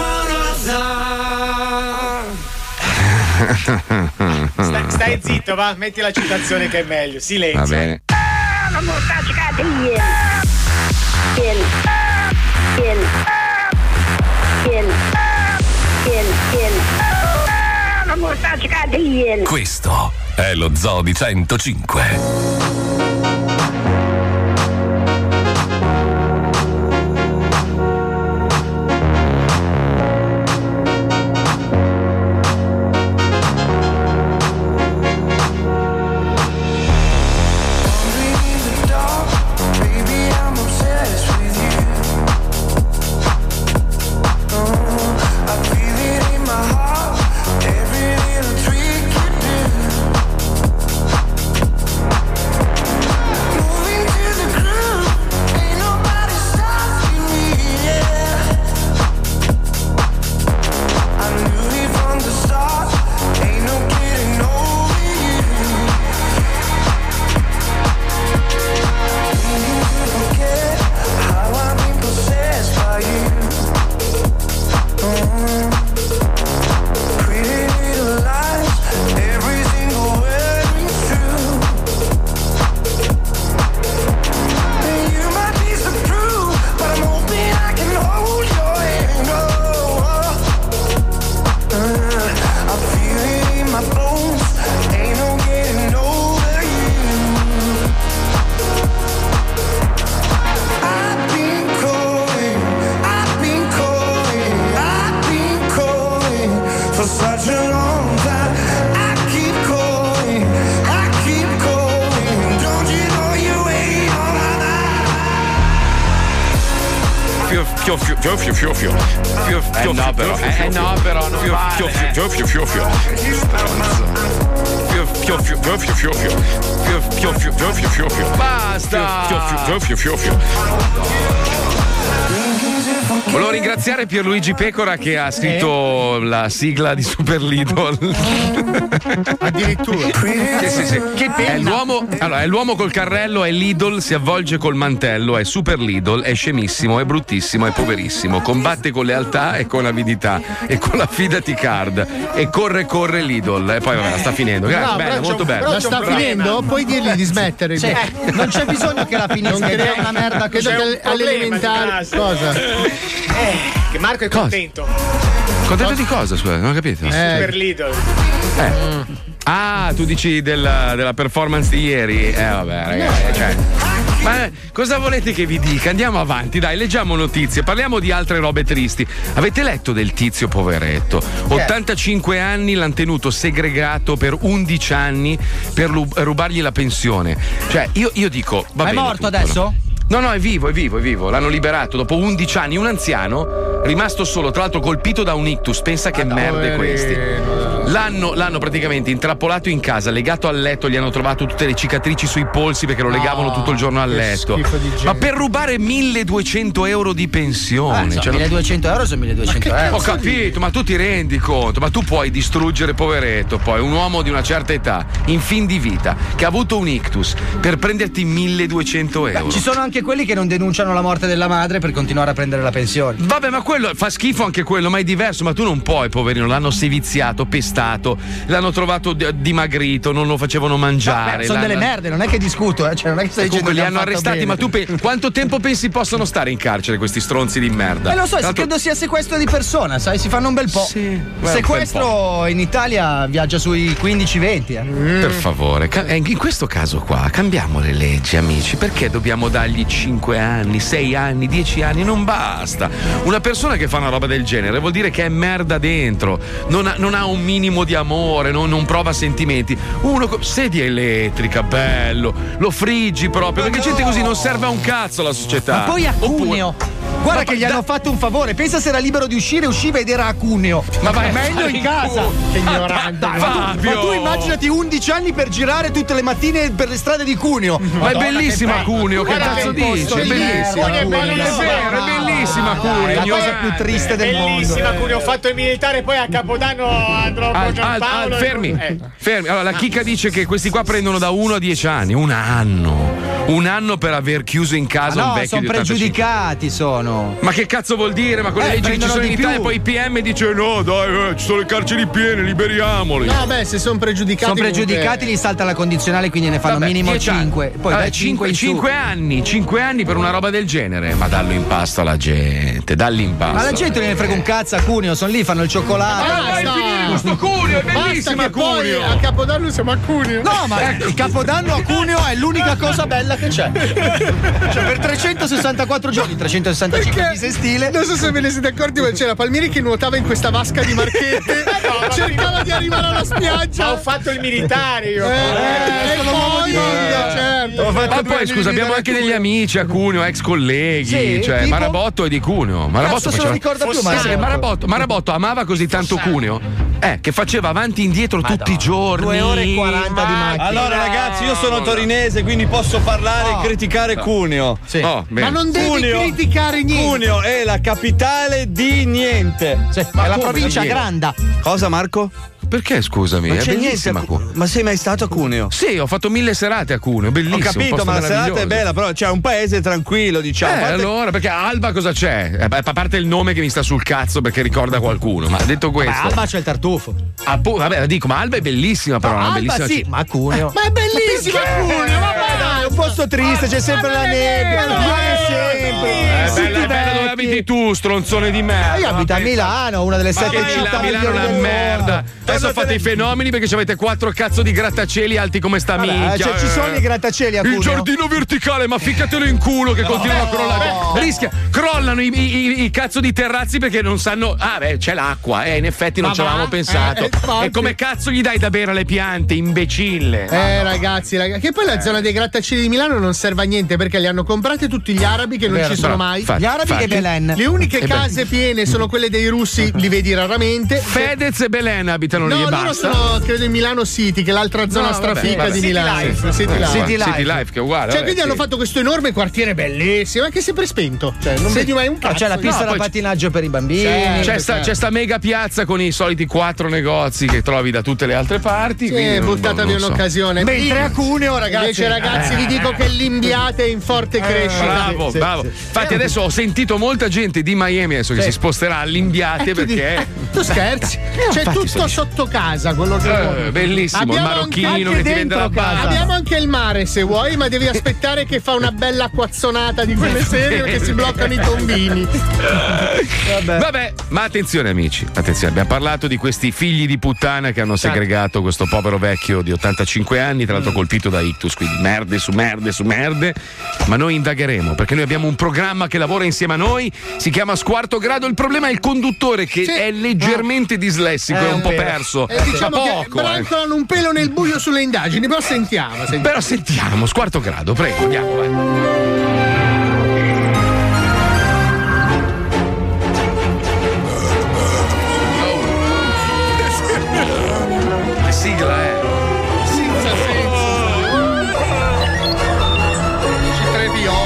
Stai zitto, va, metti la citazione che è meglio. Silenzio. Va bene. Questo è lo Zoo di 105. Basta! Volevo ringraziare Pierluigi Pecora che ha scritto la sigla di Super Lidl. Addirittura. Sì. Che pena. È l'uomo col carrello, è Lidl, si avvolge col mantello, è Super Lidl, è scemissimo, è bruttissimo, è poverissimo, combatte con lealtà e con avidità e con la fidati card e corre Lidl. E poi la sta finendo. Grazie, bello, molto bello. La sta finendo? Puoi dirgli di smettere. Sì. Non c'è bisogno che la finisca, è una merda. Credo che all'elementare. Cosa? Che Marco è contento. Contento di cosa, scusa? Non ho capito. Super Lidl. Ah, tu dici della performance di ieri? Vabbè, ragazzi, ma cosa volete che vi dica? Andiamo avanti, dai, leggiamo notizie, parliamo di altre robe tristi. Avete letto del tizio poveretto? 85 anni, l'hanno tenuto segregato per 11 anni per rubargli la pensione. Cioè, io dico, va bene. È morto tutto, adesso? No, è vivo. L'hanno liberato dopo 11 anni. Un anziano, rimasto solo, tra l'altro colpito da un ictus. Pensa che merde questi. L'hanno praticamente intrappolato in casa, legato al letto, gli hanno trovato tutte le cicatrici sui polsi perché lo legavano tutto il giorno al letto. Ma per rubare 1.200 euro di pensione. 1.200 euro sono 1.200 euro. Ho capito, ma tu ti rendi conto? Ma tu puoi distruggere, poveretto, poi un uomo di una certa età, in fin di vita, che ha avuto un ictus, per prenderti 1.200 euro. Ci sono anche quelli che non denunciano la morte della madre per continuare a prendere la pensione. Vabbè, ma quello fa schifo anche quello, ma è diverso. Ma tu non puoi, poverino, l'hanno seviziato, pestato, l'hanno trovato dimagrito, non lo facevano mangiare. Sono delle merde, non è che discuto, cioè non è che stai dicendo comunque che li hanno arrestati, bene. ma tu quanto tempo pensi possono stare in carcere questi stronzi di merda? Lo so, credo sia sequestro di persona, sai, si fanno un bel po'. Sì, sequestro in Italia viaggia sui 15-20. Per favore, in questo caso qua cambiamo le leggi, amici, perché dobbiamo dargli 5 anni, 6 anni, 10 anni? Non basta. Una persona che fa una roba del genere vuol dire che è merda dentro, non ha un minimo di amore, non prova sentimenti. Sedia elettrica, bello, lo friggi proprio, perché gente così non serve a un cazzo la società. Ma poi a Cuneo. Guarda che gli hanno fatto un favore, pensa se era libero di uscire, usciva ed era a Cuneo. Ma vai, meglio in casa. Che ignorante. Ma tu immaginati 11 anni per girare tutte le mattine per le strade di Cuneo. Ma è bellissima Cuneo, che cazzo dici? È bellissima. È bellissima Cuneo. La cosa più triste del mondo. Bellissima Cuneo, ho fatto il militare, poi a Capodanno andrò con Giampaolo. Fermi. Allora, la chicca dice che questi qua prendono da 1 a 10 anni. Un anno per aver chiuso in casa un vecchio di 85. Sono pregiudicati, sono. Ma che cazzo vuol dire? Ma quelle leggi che ci sono in Italia, poi i PM dice no, dai, ci sono le carceri piene, liberiamoli. No, beh, se sono pregiudicati. Sono pregiudicati, gli salta la condizionale, quindi ne fanno minimo 5. Poi da 5 anni per una roba del genere. Ma dallo in pasto alla gente, Ma la gente non ne frega un cazzo a Cuneo, sono lì, fanno il cioccolato. Questo Cuneo è bellissima Cuneo. A Capodanno siamo a Cuneo. No, ma il Capodanno a Cuneo è l'unica cosa bella che c'è. Cioè, per 364 giorni, 365 bisestile. Non so se ve ne siete accorti, ma c'era Palmieri che nuotava in questa vasca di marchette. Cercava di arrivare alla spiaggia. Ho fatto il militare io. Sono l'uomo di Mondo, certo. Ma poi scusa, abbiamo anche degli amici a Cuneo, ex colleghi. Sì, cioè, tipo? Marabotto è di Cuneo. Marabotto se lo ricorda più, Marabotto amava così tanto Cuneo che faceva avanti e indietro tutti i giorni. 2 ore e 40 di macchina. Allora, ragazzi, io sono torinese, quindi posso parlare e criticare Cuneo. Sì. Ma non devi criticare niente. Cuneo è la capitale di niente. Sì, è la provincia grande. Cosa, Marco? Perché, scusami? Non è c'è bellissima niente. Cuneo. Ma sei mai stato a Cuneo? Sì, ho fatto 1000 serate a Cuneo, bellissimo. Ho capito, ma la serata è bella, però c'è un paese tranquillo, diciamo. Allora, perché a Alba cosa c'è? A parte il nome che mi sta sul cazzo perché ricorda qualcuno, ma detto questo. Ma Alba c'è il tartufo. Vabbè, dico, ma Alba è bellissima, però. No, una Alba bellissima sì, ma Cuneo. Ma è bellissima Cuneo, ma dai, è un posto triste, c'è sempre la nebbia, È bella dove abiti tu, stronzone di merda. Io abito a Milano, una delle 7 città Milano è una merda. Adesso fate i fenomeni perché avete 4 cazzo di grattacieli alti come sta minchia. Cioè, ci sono i grattacieli a Cuneo. Il giardino verticale, ma ficcatelo in culo che continuano a crollare. Rischia, crollano i cazzo di terrazzi perché non sanno. C'è l'acqua. In effetti non ci avevamo pensato. E come cazzo gli dai da bere alle piante, imbecille? Ragazzi, che poi la zona dei grattacieli di Milano non serve a niente perché li hanno comprate tutti gli arabi che non ci sono mai. Gli arabi e Belen. Le uniche case piene sono quelle dei russi, li vedi raramente. Fedez e Belen abitano sono lì e basta. Loro sono, credo, in Milano City, che è l'altra zona strafica di Milano. City Life, che è uguale. Cioè, quindi hanno fatto questo enorme quartiere bellissimo, anche sempre spento. Cioè, non vedi mai un cazzo. C'è la pista da pattinaggio per i bambini. C'è sta mega piazza con i soliti 4 negozi che trovi da tutte le altre parti. Sì, buttatevi un'occasione. Mentre a Cuneo, ragazzi. Invece, ragazzi, vi dico che l'Imbiate è in forte crescita. Bravo. Infatti, adesso ho sentito molta gente di Miami adesso che si sposterà all'Imbiate perché. Tu scherzi? C'è tutto sotto casa, quello che vuoi. Bellissimo, il marocchino che ti vende la base. Abbiamo anche il mare se vuoi, ma devi aspettare che fa una bella acquazzonata di quelle serie che si bloccano i tombini. Vabbè, ma attenzione amici, attenzione, abbiamo parlato di questi figli di puttana che hanno segregato questo povero vecchio di 85 anni, tra l'altro colpito da ictus, quindi merde su merde, ma noi indagheremo perché noi abbiamo un programma che lavora insieme a noi, si chiama Squarto Grado, il problema è il conduttore che è leggermente dislessico, è un po' perso. Diciamo che brancolano un pelo nel buio sulle indagini, però sentiamo. Però sentiamo, Squarto Grado, prego, andiamo, vai. Che sigla è? Senza senso. Ci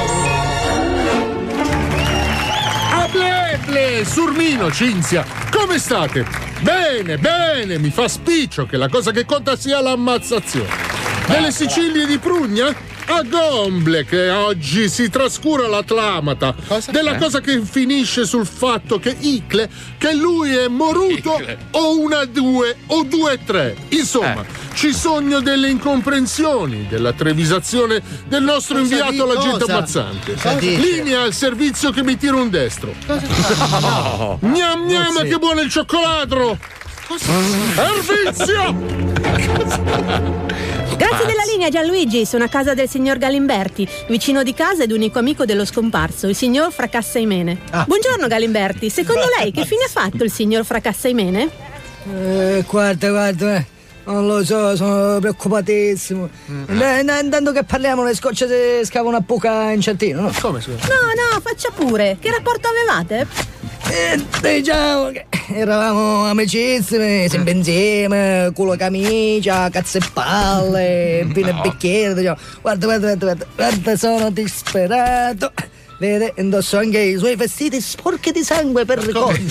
Able, Surmino, Cinzia, come state? Bene, mi fa spiccio che la cosa che conta sia l'ammazzazione. Delle Sicilie di Prugna? A Gomble che oggi si trascura la clamata della cosa che finisce sul fatto che Icle, che lui è moruto o una due o 2-3. Insomma, ci sono delle incomprensioni della trevisazione del nostro inviato all'agente ammazzante. Linea al servizio che mi tira un destro. Gnam, che buono il cioccolato! Servizio! Grazie della linea, Gianluigi. Sono a casa del signor Galimberti, vicino di casa ed unico amico dello scomparso, il signor Fracassaimene. Buongiorno Galimberti, secondo lei che fine ha fatto il signor Fracassaimene? Guarda, non lo so, sono preoccupatissimo. Intanto che parliamo, le scocce si scavano a buca in centino, no? Come scusa? No, faccia pure. Che rapporto avevate? Diciamo che eravamo amicissimi, sempre insieme, culo camicia, cazzo e palle, vino e bicchiere, diciamo. Guarda, sono disperato. Vede, indosso anche i suoi vestiti sporchi di sangue per ricordi.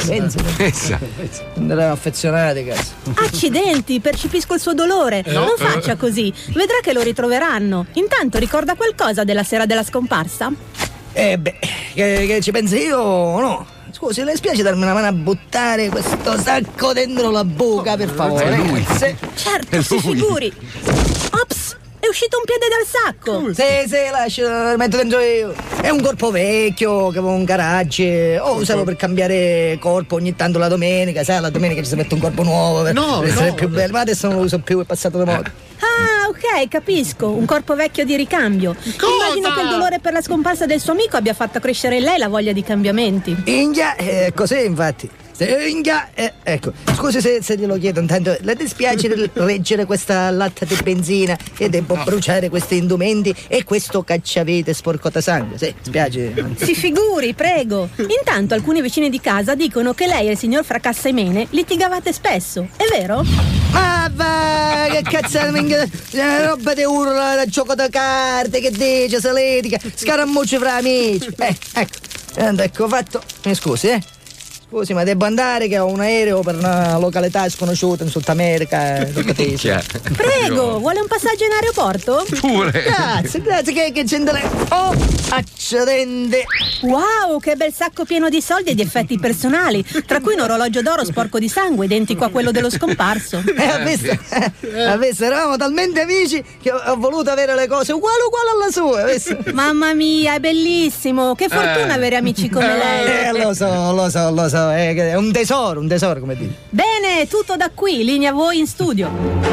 Andremo affezionati, cazzo. Accidenti, percepisco il suo dolore. Non faccia così, vedrà che lo ritroveranno. Intanto ricorda qualcosa della sera della scomparsa? Che ci pensi io o no? Scusi, le spiace darmi una mano a buttare questo sacco dentro la buca, per favore? Certo, si figuri. Ops! È uscito un piede dal sacco! Sì, lascia, lo metto dentro io. È un corpo vecchio che avevo un garage. Usavo per cambiare corpo ogni tanto la domenica, sai, la domenica ci si mette un corpo nuovo per essere più bello, ma adesso non lo uso più, è passato da moda. Ah, ok, capisco. Un corpo vecchio di ricambio. Immagino che il dolore per la scomparsa del suo amico abbia fatto crescere in lei la voglia di cambiamenti. Inghia, così infatti. Ecco, scusi se glielo chiedo, intanto le dispiace leggere questa latta di benzina e devo bruciare questi indumenti e questo cacciavite sporco da sangue, sì, spiace. Si figuri, prego. Intanto alcuni vicini di casa dicono che lei e il signor Fracassaimene litigavate spesso, è vero? Ma va, che cazzo roba di urla, da gioco da carte, che dice, se litiga, scaramucci fra amici. Ecco fatto, mi scusi, Scusi, ma devo andare che ho un aereo per una località sconosciuta in Sud America. Prego, vuole un passaggio in aeroporto? Pure. Grazie, che gentile. Oh, accidente. Wow, che bel sacco pieno di soldi e di effetti personali, tra cui un orologio d'oro sporco di sangue, identico a quello dello scomparso. Ha visto, eravamo talmente amici che ho voluto avere le cose uguali alla sua, visto? Mamma mia, è bellissimo. Che fortuna avere amici come lei. Lo so. È un tesoro, come dici. Bene, tutto da qui, linea voi in studio.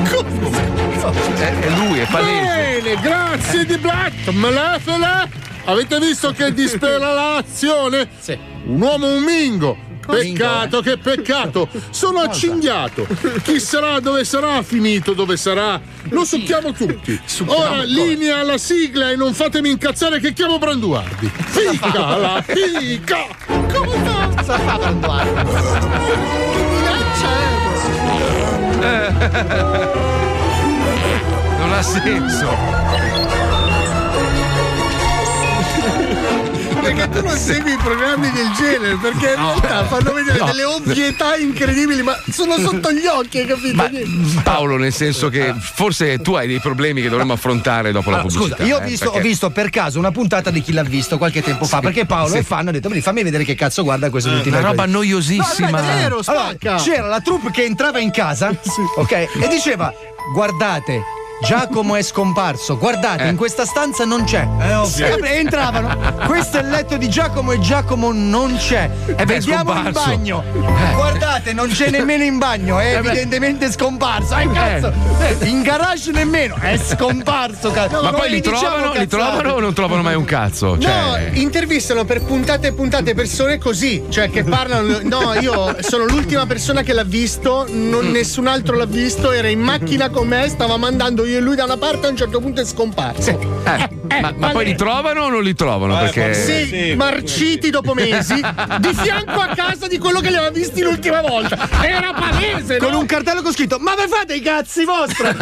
È lui, è palese. Bene, grazie di Black Malefela. Avete visto che dispera l'azione? Sì. Un uomo un mingo. Peccato, che peccato. Sono accinghiato. Chi sarà, dove sarà, finito dove sarà. Lo succhiamo tutti. Ora linea alla sigla e non fatemi incazzare che chiamo Branduardi. Fica la fica. Come fa? Cosa fa Branduardi? Non ha senso. Perché tu non segui i programmi del genere, perché in realtà fanno vedere delle ovvietà incredibili, ma sono sotto gli occhi, hai capito? Ma, Paolo, nel senso che forse tu hai dei problemi che dovremmo affrontare dopo la pubblicità. Scusa, io ho visto per caso una puntata di Chi l'ha visto qualche tempo fa, perché Paolo è fan, ha detto fammi vedere che cazzo guarda queste ultime una roba noiosissima. No, è vero, allora, c'era la troupe che entrava in casa, ok, e diceva guardate, Giacomo è scomparso, guardate, in questa stanza non c'è. Entravano, questo è il letto di Giacomo e Giacomo non c'è. Vediamo in bagno, guardate, non c'è nemmeno in bagno, è evidentemente scomparso. Cazzo, in garage nemmeno, è scomparso. Cazzo. Ma poi li trovano o non trovano mai un cazzo? No, intervistano per puntate e puntate persone così, cioè che parlano. No, io sono l'ultima persona che l'ha visto, nessun altro l'ha visto, era in macchina con me, stava mandando io e lui da una parte, a un certo punto è scomparso. Ma poi li trovano o non li trovano? Perché sì, marciti dopo mesi, di fianco a casa di quello che li aveva visti l'ultima volta. Era palese, con un cartello con scritto: ma ve fate i cazzi vostri?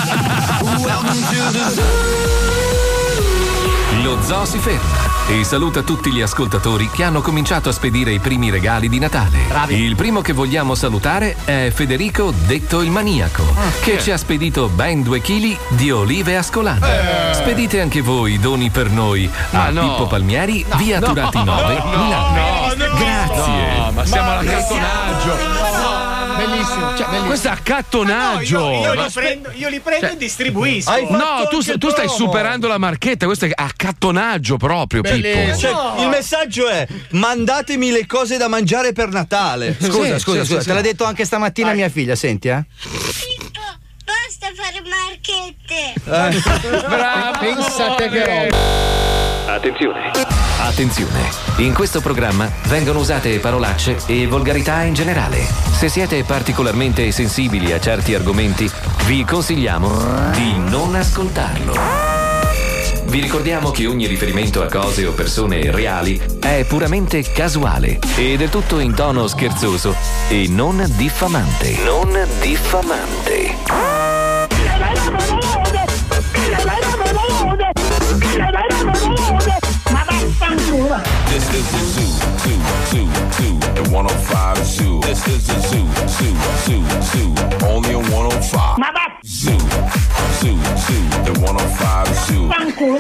Lo Zoo si ferma e saluta tutti gli ascoltatori che hanno cominciato a spedire i primi regali di Natale. Bravi. Il primo che vogliamo salutare è Federico, detto il maniaco, che ci ha spedito ben 2 chili di olive ascolane. Spedite anche voi doni per noi a Pippo Palmieri, via Turati 9, Milano. Grazie. No, ma siamo all'accattonaggio. Bellissimo. Questo è accattonaggio. Io li prendo e distribuisco. No, tu stai superando la marchetta, questo è accattonaggio proprio, Pippo. Cioè, il messaggio è: mandatemi le cose da mangiare per Natale. Scusa, te l'ha detto anche stamattina mia figlia, senti, Basta fare marchette. Bravo. Pensate che roba. Attenzione, in questo programma vengono usate parolacce e volgarità in generale. Se siete particolarmente sensibili a certi argomenti, vi consigliamo di non ascoltarlo. Vi ricordiamo che ogni riferimento a cose o persone reali è puramente casuale e del tutto in tono scherzoso e non diffamante. Non diffamante. This is the zoo, the 105 zoo. This is the zoo, only a 105. Zoo, the 105 zoo.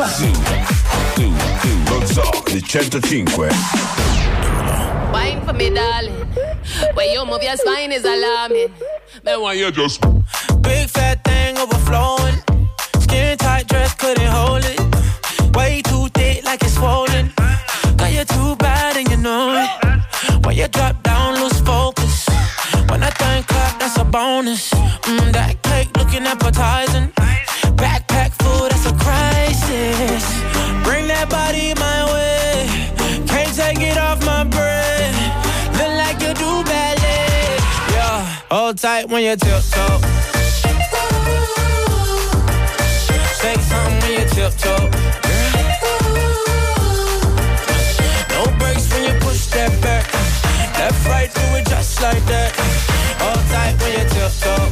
Lo zoo, di 105. Wine for me, darling. When you move your spine is alarming. Then why you just big fat thing overflowing. Skin tight dress couldn't hold it. Way too thick like it's swollen. Got you too bad and you know it. When you drop down, lose focus. When I think clap, that's a bonus. That cake looking appetizing. Backpack food, that's a crisis. Bring that body my way. Can't take it off my breath. Look like you do ballet. Yeah, hold tight when you tiptoe. Say something when you tiptoe. Step back, left, right, do it just like that. All tight when you tiptoe.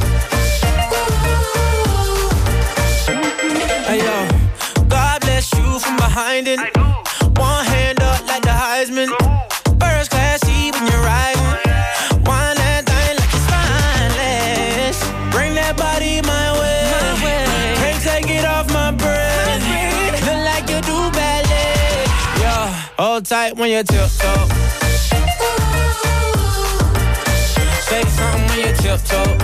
Hey yo, God bless you from behind it. One hand up like the Heisman. First class seat when you're riding. Wine that thing like it's spineless. Bring that body my way. Can't take it off my breath. Look like you do ballet. Yeah, hold tight when you tiptoe. Say something when you tiptoe.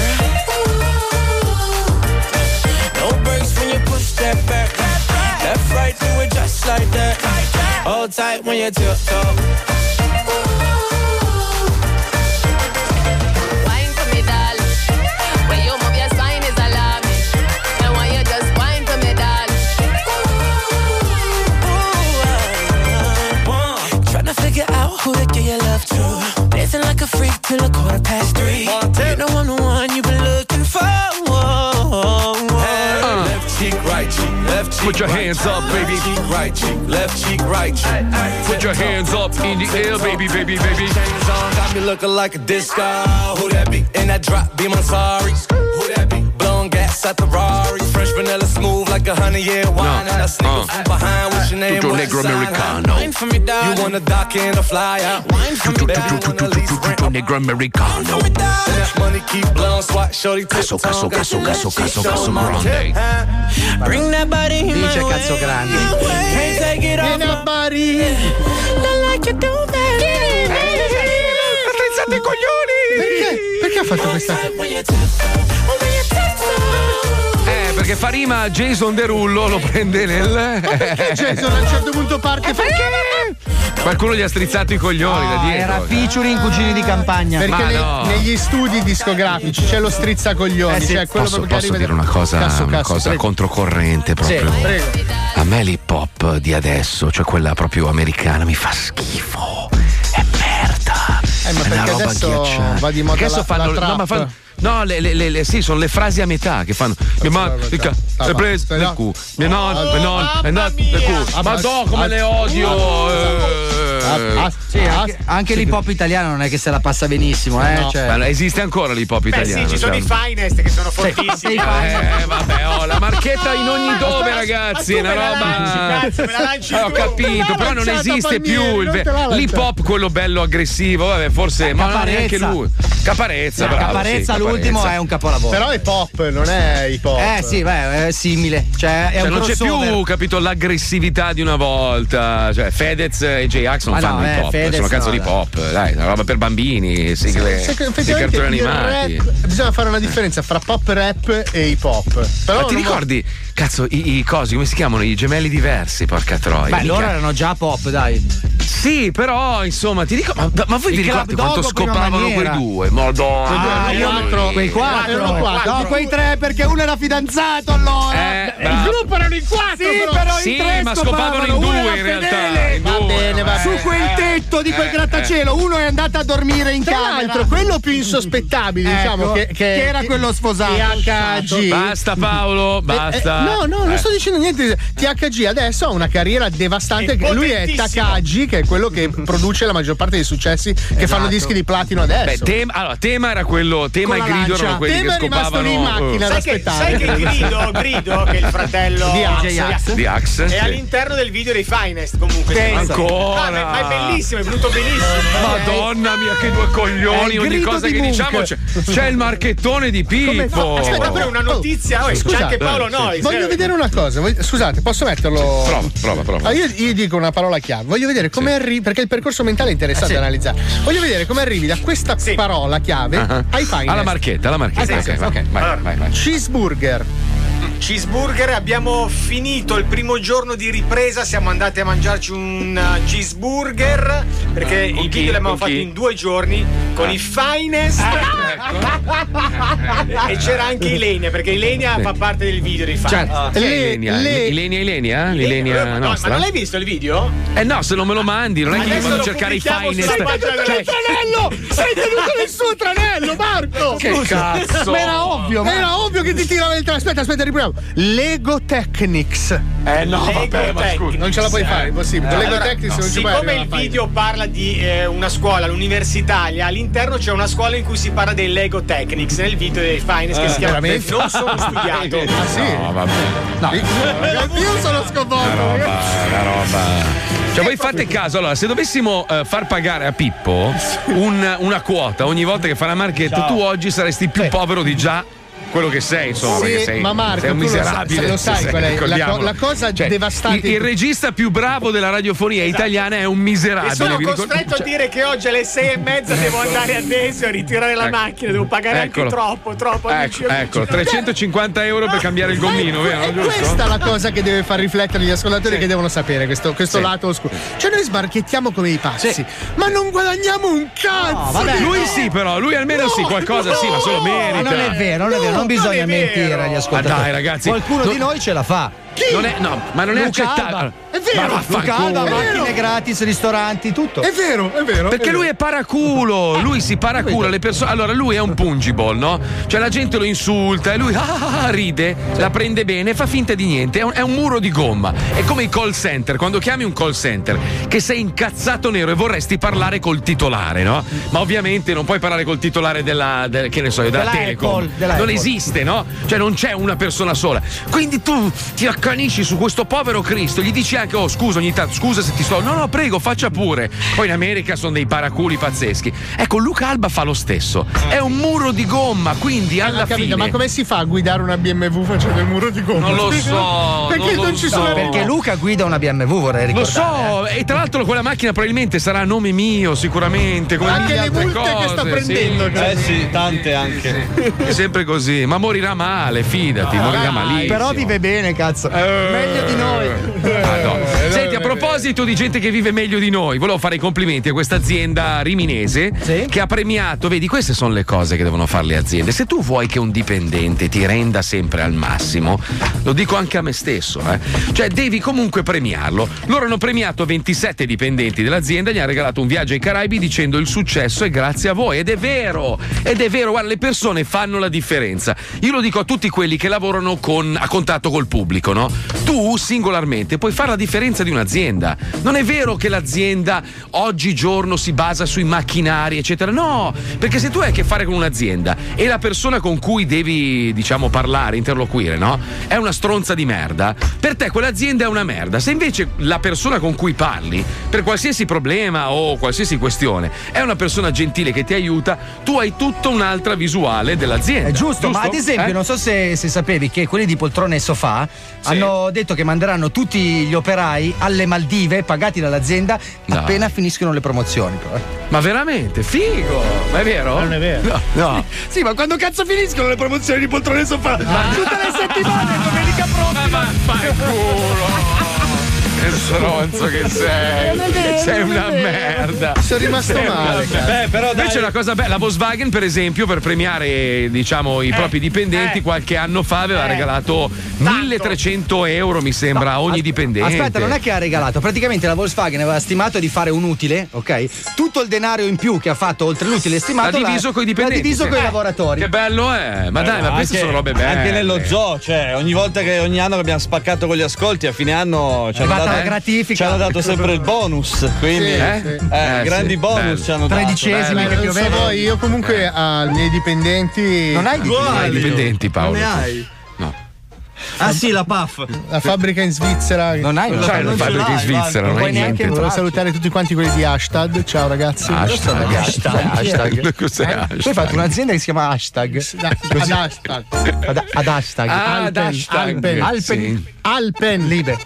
No brakes when you push that back. Left, right, do it just like that. Hold tight when you tiptoe. Wine for me, darling. When you move your spine is alarming. And when you just wine for me, darling. Tryna figure out who to give your love to. Dancing like a freak till 3:15. You know I'm the one you've been looking for. Left cheek, right cheek, left cheek. Put your hands up, baby. Right cheek, right cheek, left cheek, right cheek. Put your hands up in the air, baby, baby, baby. Chains on, got me looking like a disco. Who that be? In that drop beam, I'm sorry. Who that be? Blowing gas at the Rari. Fresh vanilla smooth like a 100-year wine. And I sneak up from behind. What's your name? Tutto negro americano. Wine for me, dog. You wanna dock in or fly out? Wine for me, dog. Tutto negro americano. Money keep blowing, swat, shorty, caso grande. Bring that body in Dice cazzo grande. Can't take it off my body. Don't like you do that. Attrezzate i coglioni! Perché ha fatto questa? Perché fa rima a Jason Derulo, lo prende nel. Perché Jason a un certo punto parte? Qualcuno gli ha strizzato i coglioni da dietro. Era featuring cugini di campagna. Perché negli studi discografici c'è lo strizzacoglioni. Cioè quello posso dire una cosa, controcorrente proprio. Sì, prego. A me l'hip hop di adesso, cioè quella proprio americana, mi fa schifo. È merda. Ma è perché adesso va di moda adesso fanno, la no, ma fanno. No, sì, sono le frasi a metà che fanno. Mia mamma è presa nel culo. Mia nonna è andata nel culo. Ma come le odio. Anche l'hip hop italiano non è che se la passa benissimo, no. Cioè. Ma esiste ancora l'hip hop italiano? Sì, ci sono i Finest che sono fortissimi. Vabbè, la marchetta in ogni dove, ragazzi. È una roba. Me la lanci ho capito, però non esiste più l'hip hop, quello bello aggressivo. Vabbè, forse, ma neanche lui. Caparezza, bravo. Caparezza l'ultimo è un capolavoro. Però è pop, non è hip hop. Sì, è simile. Cioè, è un non c'è più, capito, l'aggressività di una volta. Cioè, Fedez e J-Ax non fanno hip hop, sono cazzo di pop. Dai, una roba per bambini, sigle di cartoni animati. Bisogna fare una differenza fra pop rap e hip hop. Però ma ti ricordi, cazzo, i cosi, come si chiamano? I gemelli diversi, porca troia. Beh, loro erano già pop, dai. Sì, però, insomma, ti dico, ma voi vi ricordate quanto scopavano quei due? Madonna. Quei quattro. No, quei tre, perché uno era fidanzato allora. Il gruppo erano in quattro, però sì, ma scopavano in due in realtà. Va bene. Su quel tetto di quel grattacielo, uno è andato a dormire in camera. Tra l'altro, quello più insospettabile, diciamo, che era quello sposato. THG. Basta, Paolo, basta. No, non sto dicendo niente. THG adesso ha una carriera devastante. Lui è Takagi, che è quello che produce la maggior parte dei successi che fanno dischi di platino adesso. Beh, Tema era quello. Tema e Grido erano quelli che scopavano. Lì in macchina ad aspettare. Sai che Grido, che è il fratello di Axe, è all'interno del video dei Finest comunque. Ancora. Ma è bellissimo, è venuto benissimo. Madonna mia, che due coglioni. Ogni cosa che diciamo c'è il marchettone di Pippo. Aspetta, però una notizia. C'è anche Paolo Nois. Voglio vedere una cosa. Scusate, posso metterlo? Prova. Io dico una parola chiave. Voglio vedere come arrivi, perché il percorso mentale è interessante da analizzare. Voglio vedere come arrivi da questa parola chiave ai Finest. Alla marchetta. Ok, vai. Cheeseburger, abbiamo finito il primo giorno di ripresa, siamo andati a mangiarci un cheeseburger perché i video li abbiamo fatti in 2 giorni con i Finest e c'era anche Ilenia, perché Ilenia fa parte del video dei Finest. Ilenia nostra? Ma non l'hai visto il video? No, se non me lo mandi, non è che mi vado a cercare i Finest. Sei tenuto nel suo tranello, Marco! Che cazzo! Ma era ovvio che ti tirava il tranello. Aspetta, riproviamo. Lego Technics. Vabbè, ma scusa. Non ce la puoi fare, è impossibile. Lego Technics non ci puoi. Siccome il video parla di una scuola, l'università, all'interno c'è una scuola in cui si parla dei Lego Technics nel video dei Finest che si chiama Non sono studiato. Ah sì? No, vabbè. Io sono sconvolto. La roba. Cioè voi fate caso, allora, se dovessimo far pagare a Pippo una quota ogni volta che fa la marchetta, tu oggi saresti più povero di già quello che sei, insomma, perché sei, ma Marco, sei un miserabile. Lo sai qual è la cosa devastante. Il regista più bravo della radiofonia italiana è un miserabile. E sono costretto a dire che oggi alle 6:30 devo andare a Desio a ritirare la macchina, devo pagare anche troppo. Ecco, 350 euro per cambiare il gommino, vero? È questa la cosa che deve far riflettere gli ascoltatori che devono sapere questo lato oscuro. Cioè noi sbarchettiamo come i pazzi, ma non guadagniamo un cazzo. Lui sì, però, lui almeno sì, qualcosa sì, ma se lo merita. Non è vero, non bisogna mentire agli ascoltatori. Dai, ragazzi, qualcuno di noi ce la fa. ma non è accettabile. È vero, Luca Alba, macchine gratis, ristoranti, tutto. È vero. Perché lui è paraculo, lui si paraculo le persone. Allora, lui è un pungible, no? Cioè la gente lo insulta e lui ride, la prende bene, fa finta di niente. È un muro di gomma. È come i call center, quando chiami un call center che sei incazzato nero e vorresti parlare col titolare, no? Ma ovviamente non puoi parlare col titolare della Telecom. Non esiste, no? Cioè non c'è una persona sola. Quindi tu ti accanisci su questo povero Cristo, gli dici anche scusa ogni tanto, scusa se ti sto. No, prego, faccia pure. Poi in America sono dei paraculi pazzeschi. Ecco, Luca Alba fa lo stesso. È un muro di gomma, quindi alla fine. Ma come si fa a guidare una BMW facendo il muro di gomma? Non lo so. Perché non ci sono. Perché Luca guida una BMW, vorrei ricordare. Lo so, e tra l'altro quella macchina probabilmente sarà a nome mio, sicuramente. Come anche le multe cose, che sta prendendo. Sì, tante anche. È sempre così, ma morirà male, fidati, morirà malissimo. Però vive bene, cazzo. Meglio di noi. Senti, a proposito di gente che vive meglio di noi, volevo fare i complimenti a questa azienda riminese che ha premiato, vedi, queste sono le cose che devono fare le aziende. Se tu vuoi che un dipendente ti renda sempre al massimo, lo dico anche a me stesso, cioè devi comunque premiarlo. Loro hanno premiato 27 dipendenti dell'azienda, gli hanno regalato un viaggio ai Caraibi dicendo il successo è grazie a voi. Ed è vero, guarda, le persone fanno la differenza. Io lo dico a tutti quelli che lavorano a contatto col pubblico, no? Tu singolarmente puoi fare la differenza di un'azienda. Non è vero che l'azienda oggigiorno si basa sui macchinari, eccetera. No, perché se tu hai a che fare con un'azienda e la persona con cui devi, diciamo, parlare, interloquire, no? È una stronza di merda, per te quell'azienda è una merda. Se invece la persona con cui parli, per qualsiasi problema o qualsiasi questione, è una persona gentile che ti aiuta, tu hai tutta un'altra visuale dell'azienda. È giusto? Ma ad esempio, non so se sapevi che quelli di poltrone e sofà hanno detto che manderanno tutti gli operai alle Maldive pagati dall'azienda appena finiscono le promozioni. Ma veramente? Figo! Ma è vero? Non è vero. No. Sì, ma quando cazzo finiscono le promozioni di poltrone e sofà? Tutte le settimane, domenica prossima. Ma fai culo! Che stronzo che sei una merda. Sono rimasto male. Però invece la cosa bella, la Volkswagen per esempio, per premiare, diciamo, i propri dipendenti, qualche anno fa aveva regalato 1.300 euro, mi sembra, a ogni dipendente. Aspetta, non è che ha regalato, praticamente la Volkswagen aveva stimato di fare un utile, ok? Tutto il denaro in più che ha fatto oltre l'utile stimato l'ha diviso con i dipendenti, l'ha diviso con i lavoratori. Che bello è. Ma dai, ma queste sono robe belle. Anche nello zoo, cioè ogni volta che ogni anno che abbiamo spaccato con gli ascolti, a fine anno ci hanno dato sempre il bonus, quindi grandi bonus ci hanno dato. Tredicesimi che piovevano. Io comunque ai miei dipendenti non hai dipendenti, Paolo? Non ne hai? No. Ah sì, la PAF. La fabbrica in Svizzera. Non hai una fabbrica in Svizzera, non hai niente. Volevo salutare tutti quanti quelli di Hashtag. Ciao ragazzi. Hashtag. Cos'è Hashtag? Tu hai fatto un'azienda che si chiama Hashtag. Ad Hashtag. Alpen Libe.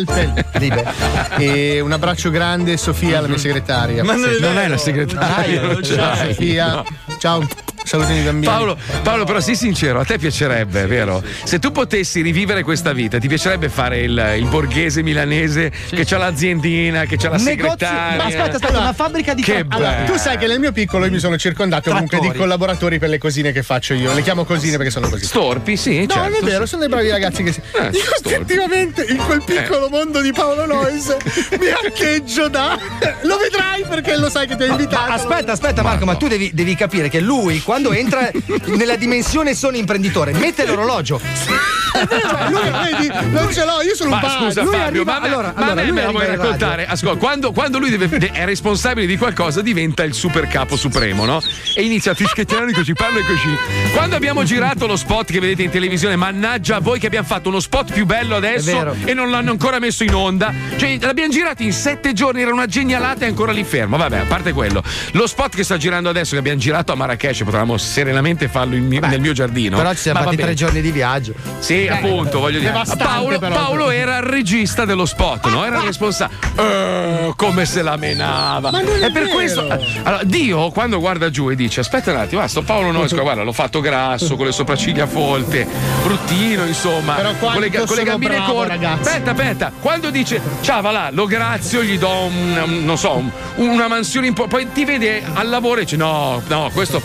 E un abbraccio grande, Sofia, la mia segretaria. Ma non è la segretaria. Ciao Sofia. Ciao. Salutini i bambini. Paolo, però sii sincero, a te piacerebbe, vero? Se tu potessi rivivere questa vita, ti piacerebbe fare il borghese milanese che c'ha l'aziendina, che c'ha la segretaria? Ma aspetta, una fabbrica di allora, tu sai che nel mio piccolo io mi sono circondato comunque di collaboratori per le cosine che faccio io. Le chiamo cosine perché sono così. Storpi, sì. No, non è vero, sono dei bravi ragazzi che io effettivamente in quel piccolo mondo di Paolo Noyes mi accheggio lo vedrai perché lo sai che ti ho invitato. Aspetta Marco, ma tu devi capire che lui quando entra nella dimensione sono imprenditore, mette l'orologio. Lui, vedi, non ce l'ho, io sono un pazzo. Scusa, lui Fabio, arriva, ma me la vuoi raccontare? Ascolta, quando lui è responsabile di qualcosa, diventa il super capo supremo, no? E inizia a fischiettare così, parla così. Quando abbiamo girato lo spot che vedete in televisione, mannaggia a voi che abbiamo fatto uno spot più bello adesso e non l'hanno ancora messo in onda. Cioè, l'abbiamo girato in 7 giorni, era una genialata e ancora lì fermo. Vabbè, a parte quello, lo spot che sta girando adesso, che abbiamo girato a Marrakesh, potevamo serenamente farlo nel mio giardino. Però ci siamo fatti 3 giorni di viaggio. Sì, appunto, voglio dire. Paolo era il regista dello spot, no? Era il responsabile. Come se la menava. Ma non è per vero. questo. Allora, Dio, quando guarda giù e dice: aspetta un attimo, sto Paolo Noyes, guarda, l'ho fatto grasso, con le sopracciglia folte, bruttino, insomma, con le gambine corte. Aspetta. Quando dice ciao, va là, lo grazio, gli do una mansione poi ti vede al lavoro e dice: no, questo poi dopo impara.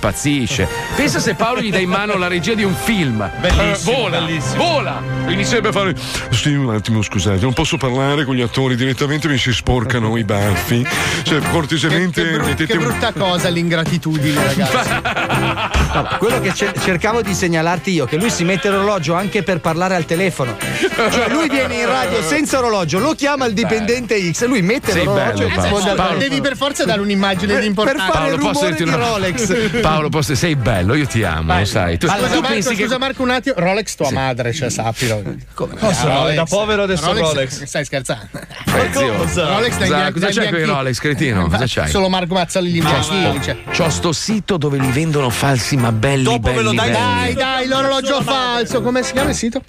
impazzisce. Pensa se Paolo gli dà in mano la regia di un film. Bellissimo, vola. Inizierebbe a fare. Sì, un attimo, scusate, non posso parlare con gli attori direttamente, mi si sporcano i baffi. Cioè, cortesemente mettete che brutta cosa l'ingratitudine, ragazzi. No, quello che cercavo di segnalarti io, che lui si mette l'orologio anche per parlare al telefono. Cioè lui viene in radio senza orologio, lo chiama il dipendente X e lui mette l'orologio e risponde al telefono. Devi per forza dare un'immagine di importanza. Per fare il rumore di Rolex. Paolo, sei bello, io ti amo, lo sai. Scusa Marco un attimo, Rolex tua madre, cioè sappilo. Rolex. Da povero adesso Rolex. Stai scherzando? Rolex cosa c'hai con i Rolex, cretino? Cosa c'hai? Solo Marco Mazzoli li bianchini. C'ho sto sito dove li vendono falsi ma belli. Dopo me lo dai. Dai, l'orologio falso. Come si chiama il sito?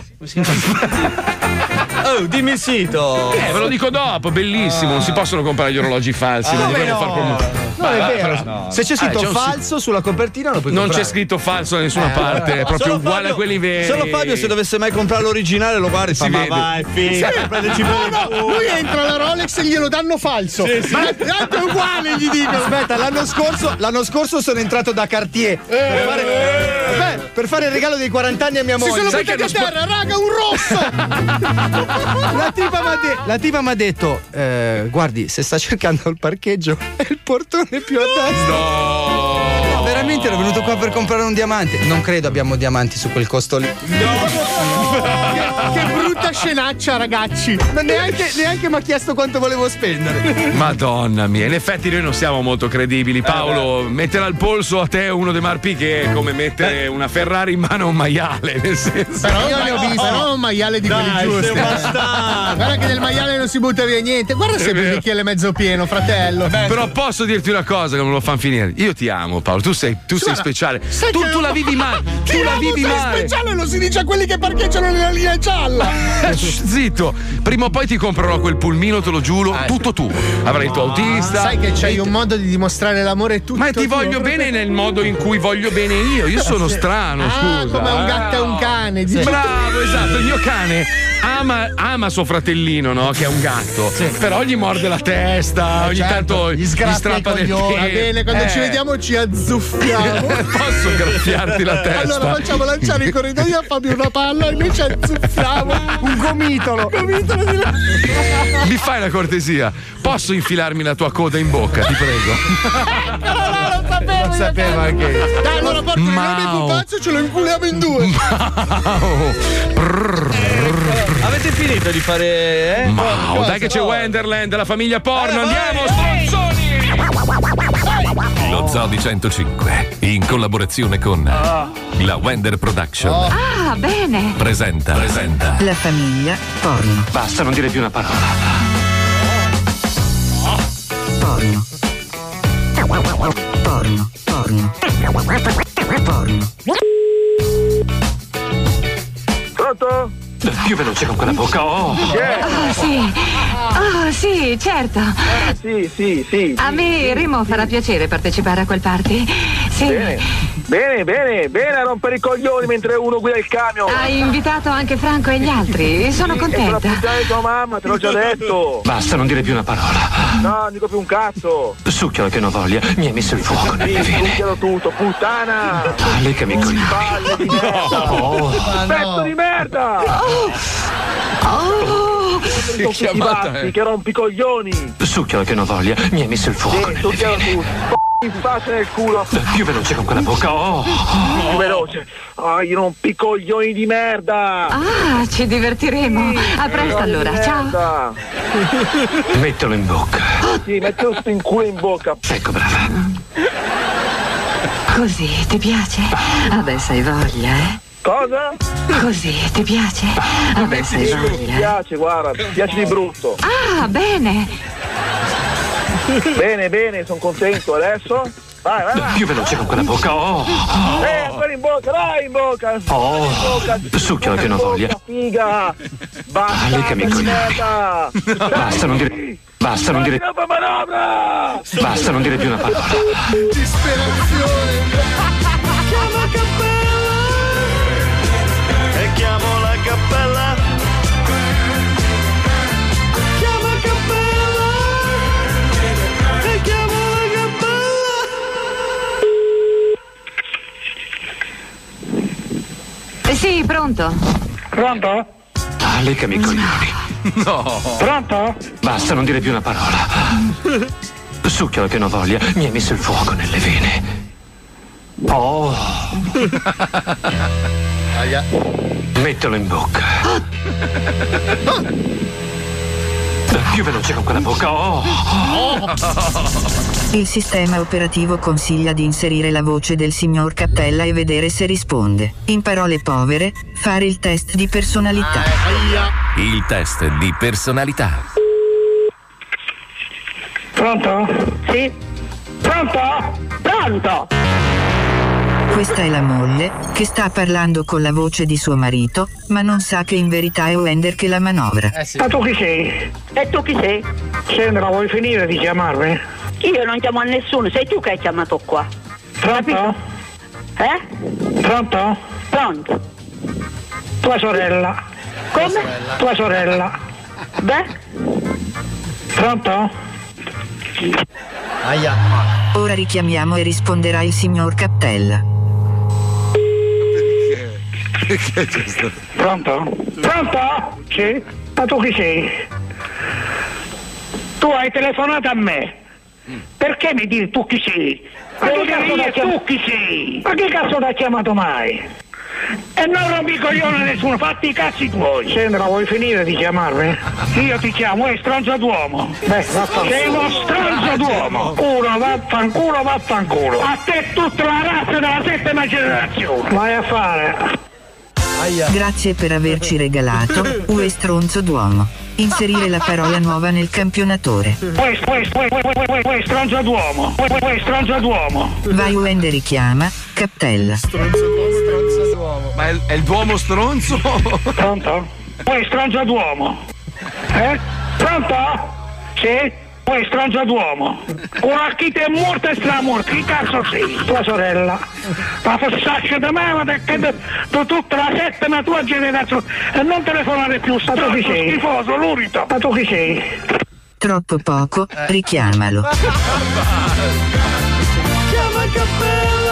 Oh, dimmi il sito. Ve lo dico dopo, bellissimo. Non si possono comprare gli orologi falsi. Non dobbiamo far No, è vero. Se c'è scritto falso sulla copertina lo puoi comprare. Non c'è scritto falso da nessuna parte, è proprio uguale a quelli veri. Solo Fabio, se dovesse mai comprare l'originale, lo guardi e fa: ma vai, figa, prenderci lui entra alla Rolex e glielo danno falso. Ma tanto è uguale, gli dico. Aspetta, l'anno scorso sono entrato da Cartier per fare il regalo dei 40 anni a mia moglie. Si sono buttati a terra, raga, un rosso. La tipa mi ha detto: guardi, se sta cercando il parcheggio è il portone più a destra. No, veramente ero venuto qua per comprare un diamante. Non credo abbiamo diamanti su quel costo lì. Che brutta scenaccia, ragazzi. Ma neanche mi ha chiesto quanto volevo spendere. Madonna mia, in effetti noi non siamo molto credibili. Paolo, mettere al polso a te uno dei Marpiché è come mettere una Ferrari in mano a un maiale, nel senso. Però io ne ho visto, però un maiale di quelli giusti. Guarda che nel maiale non si butta via niente. Guarda sempre il bicchiere mezzo pieno, fratello. Però posso dirti una cosa che non lo fanno finire. Io ti amo, Paolo, tu sei speciale. Tu la vivi male. Tu la vivi male. Speciale lo si dice a quelli che parcheggiano nella linea gialla. Zitto, prima o poi ti comprerò quel pulmino, te lo giuro, tutto tuo. Avrai il tuo autista. Sai che c'hai un modo di dimostrare l'amore tutto. Ma ti voglio bene nel modo in cui voglio bene io. Io sono strano, scusa. Come un gatto e un cane. Bravo, esatto. Il mio cane ama suo fratellino, no? Che è un gatto. Sì. Però gli morde la testa, ogni tanto gli strappa del pelo. Va bene, quando ci vediamo ci azzuffiamo. Posso graffiarti la testa? Allora facciamo lanciare in corridoio a Fabio una palla e noi ci azzuffiamo. Un gomitolo. Mi fai la cortesia? Posso infilarmi la tua coda in bocca, ti prego? Non sapevo anche io. Dai, allora porto il nome pupazzo e ce lo inculiamo in due. Avete finito di fare dai che c'è Wonderland, la famiglia porno, andiamo stronzoni! Lo Zoo di 105 in collaborazione con la Wender Production. Ah, bene. Presenta la famiglia porno. Basta, non dire più una parola. Porno. Pronto? Più veloce con quella bocca. Sì, certo. Sì. A me Remo farà piacere partecipare a quel party. Sì. Bene a rompere i coglioni mentre uno guida il camion. Hai invitato anche Franco e gli altri. Sono contenta. Sono la di tua mamma, te l'ho già detto. Basta, non dire più una parola. No, non dico più un cazzo. Succhialo che non voglia. Mi hai messo il fuoco nelle vene. Succhialo tutto, puttana. Leccami i coglioni. Palle di merda. Pezzo di merda. Che batti, che rompi i coglioni. Succhialo che non voglia. Mi hai messo il fuoco nelle vene. In faccia nel culo. Più veloce con quella bocca. Più veloce. Io rompi i coglioni di merda. Ci divertiremo. A presto allora, ciao. Mettilo in bocca. Sì, mettilo in culo in bocca. Ecco, brava. Così, ti piace? Adesso hai voglia, Cosa? Così, ti piace? Adesso hai voglia. Mi piace, guarda, mi piace di brutto. Bene. Bene, sono contento. Adesso? Vai. Più veloce con quella bocca. Ancora in bocca, vai in bocca. Succhialo che non voglia. Figa. Basta. Leccami i coglioni. Basta, non dire. Basta, non dire. Basta, non dire più una parola. Disperazione. Chiama Cappella. E chiamo la Cappella. Chiama Cappella. E chiamo la Cappella. Sì, pronto. Pronto? Ah, leccami i coglioni. No. Pronto? Basta, non dire più una parola. Succhialo che non voglia. Mi hai messo il fuoco nelle vene. Oh. Mettilo in bocca. Più veloce con quella bocca. Oh. Il sistema operativo consiglia di inserire la voce del signor Cappella e vedere se risponde. In parole povere, fare il test di personalità. Il test di personalità. Pronto? Sì. Pronto? Pronto? Questa è la moglie, che sta parlando con la voce di suo marito, ma non sa che in verità è Wender che la manovra. Ma tu chi sei? E tu chi sei? Sandra, vuoi finire di chiamarmi? Io non chiamo a nessuno, sei tu che hai chiamato qua. Pronto? Pronto? Pronto. Tua sorella. Come? Tua sorella. Beh? Pronto? Ora richiamiamo e risponderà il signor Cappella. Perché c'è stato? Pronto? Pronto? Sì? Ma tu chi sei? Tu hai telefonato a me. Perché mi dici tu chi sei? Ma che cazzo tu chi sei? Ma che cazzo ti ha chiamato mai? E non rompi i coglioni a nessuno, fatti i cazzi tuoi. Sandra, vuoi finire di chiamarmi? Io ti chiamo, stronzo d'uomo. Beh, sei uno stronzo d'uomo. Uno, vaffanculo, vaffanculo. A te tutta la razza della 7ª generazione. Vai a fare. Grazie per averci regalato Ue stronzo d'uomo. Inserire la parola nuova nel campionatore. Stronzo d'uomo. Stronzo d'uomo. Vai Wender richiama Cappella. Stronzo d'uomo. Ma è il duomo stronzo? Pronto? Stronzo d'uomo. Pronto? Sì? Stronzo d'uomo. Ora chi ti è morto e sarà morto. Chi cazzo sei? Tua sorella. Ma fossaccia da me, che tutta la 7ª tua generazione. E non telefonare più, stato chi sei? Schifoso, lurido. Ma tu chi sei? Troppo poco, richiamalo. Chiama Cappella.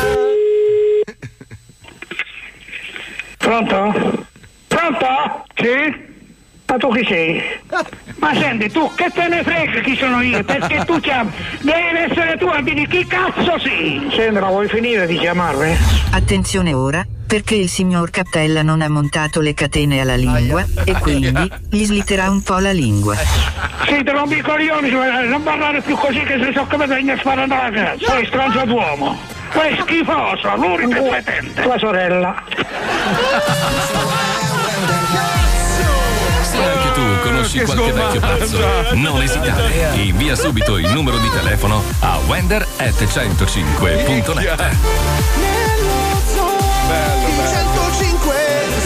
Pronto? Pronto? Sì? Ma tu chi sei? Ma senti, tu che te ne frega chi sono io? Perché tu chiami? Devi essere tu a dire chi cazzo sei? Sandra, vuoi finire di chiamarmi? Attenzione ora, perché il signor Cappella non ha montato le catene alla lingua e quindi gli slitterà un po' la lingua. Sì, te rompi i coglioni, non parlare più così che se so che vengo a sparare alla casa. Poi stronzo d'uomo. Poi schifoso, lurido e fetente. Tua sorella. Se anche tu conosci qualche vecchio pezzo, non esitare. Invia subito il numero di telefono a wender@105.net. Bello. 105.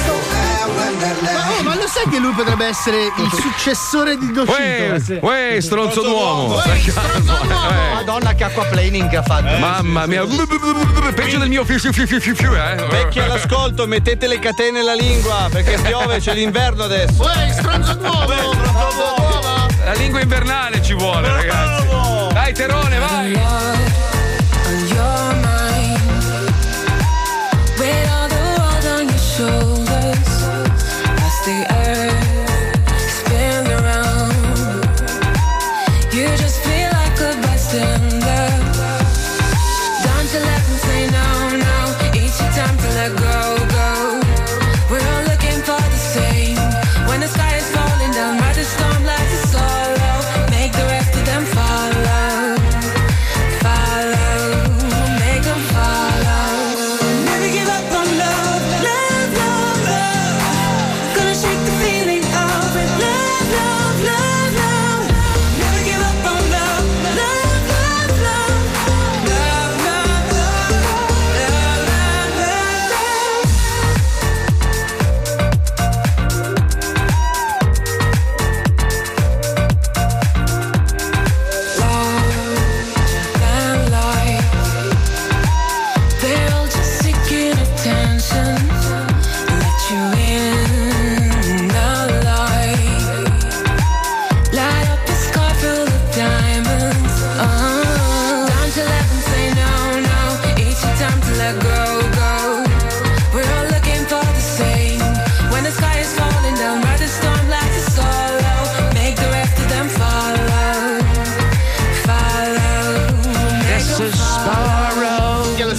Ma lo sai che lui potrebbe essere il successore di Docito? Uè, stronzo d'uomo. Madonna che acquaplaning che ha fatto. Mamma mia, peggio del mio Vecchi all'ascolto, mettete le catene alla lingua perché piove, c'è l'inverno adesso. Uè, stronzo d'uomo. La lingua invernale ci vuole, ragazzi. Dai, Terone, vai. Follow, make the rest of them follow.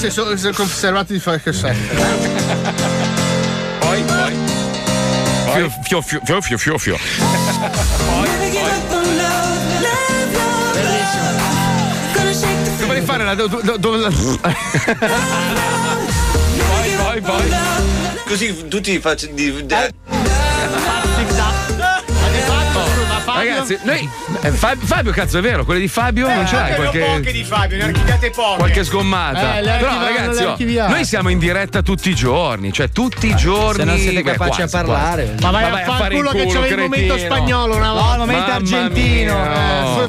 si è conservato di fare che sei. Poi. Fio. Dovrei fare la. Poi. Così tutti faccio di. Ragazzi, noi Fabio, cazzo, è vero, quelle di Fabio non ce l'hai qualche. Poche di Fabio, ne archiviate poche. Qualche sgommata. Però ragazzi, noi siamo in diretta tutti i giorni, cioè tutti i giorni. Se non siete capaci a parlare. Ma vai a fare culo che c'è il momento spagnolo una volta. No, il momento argentino.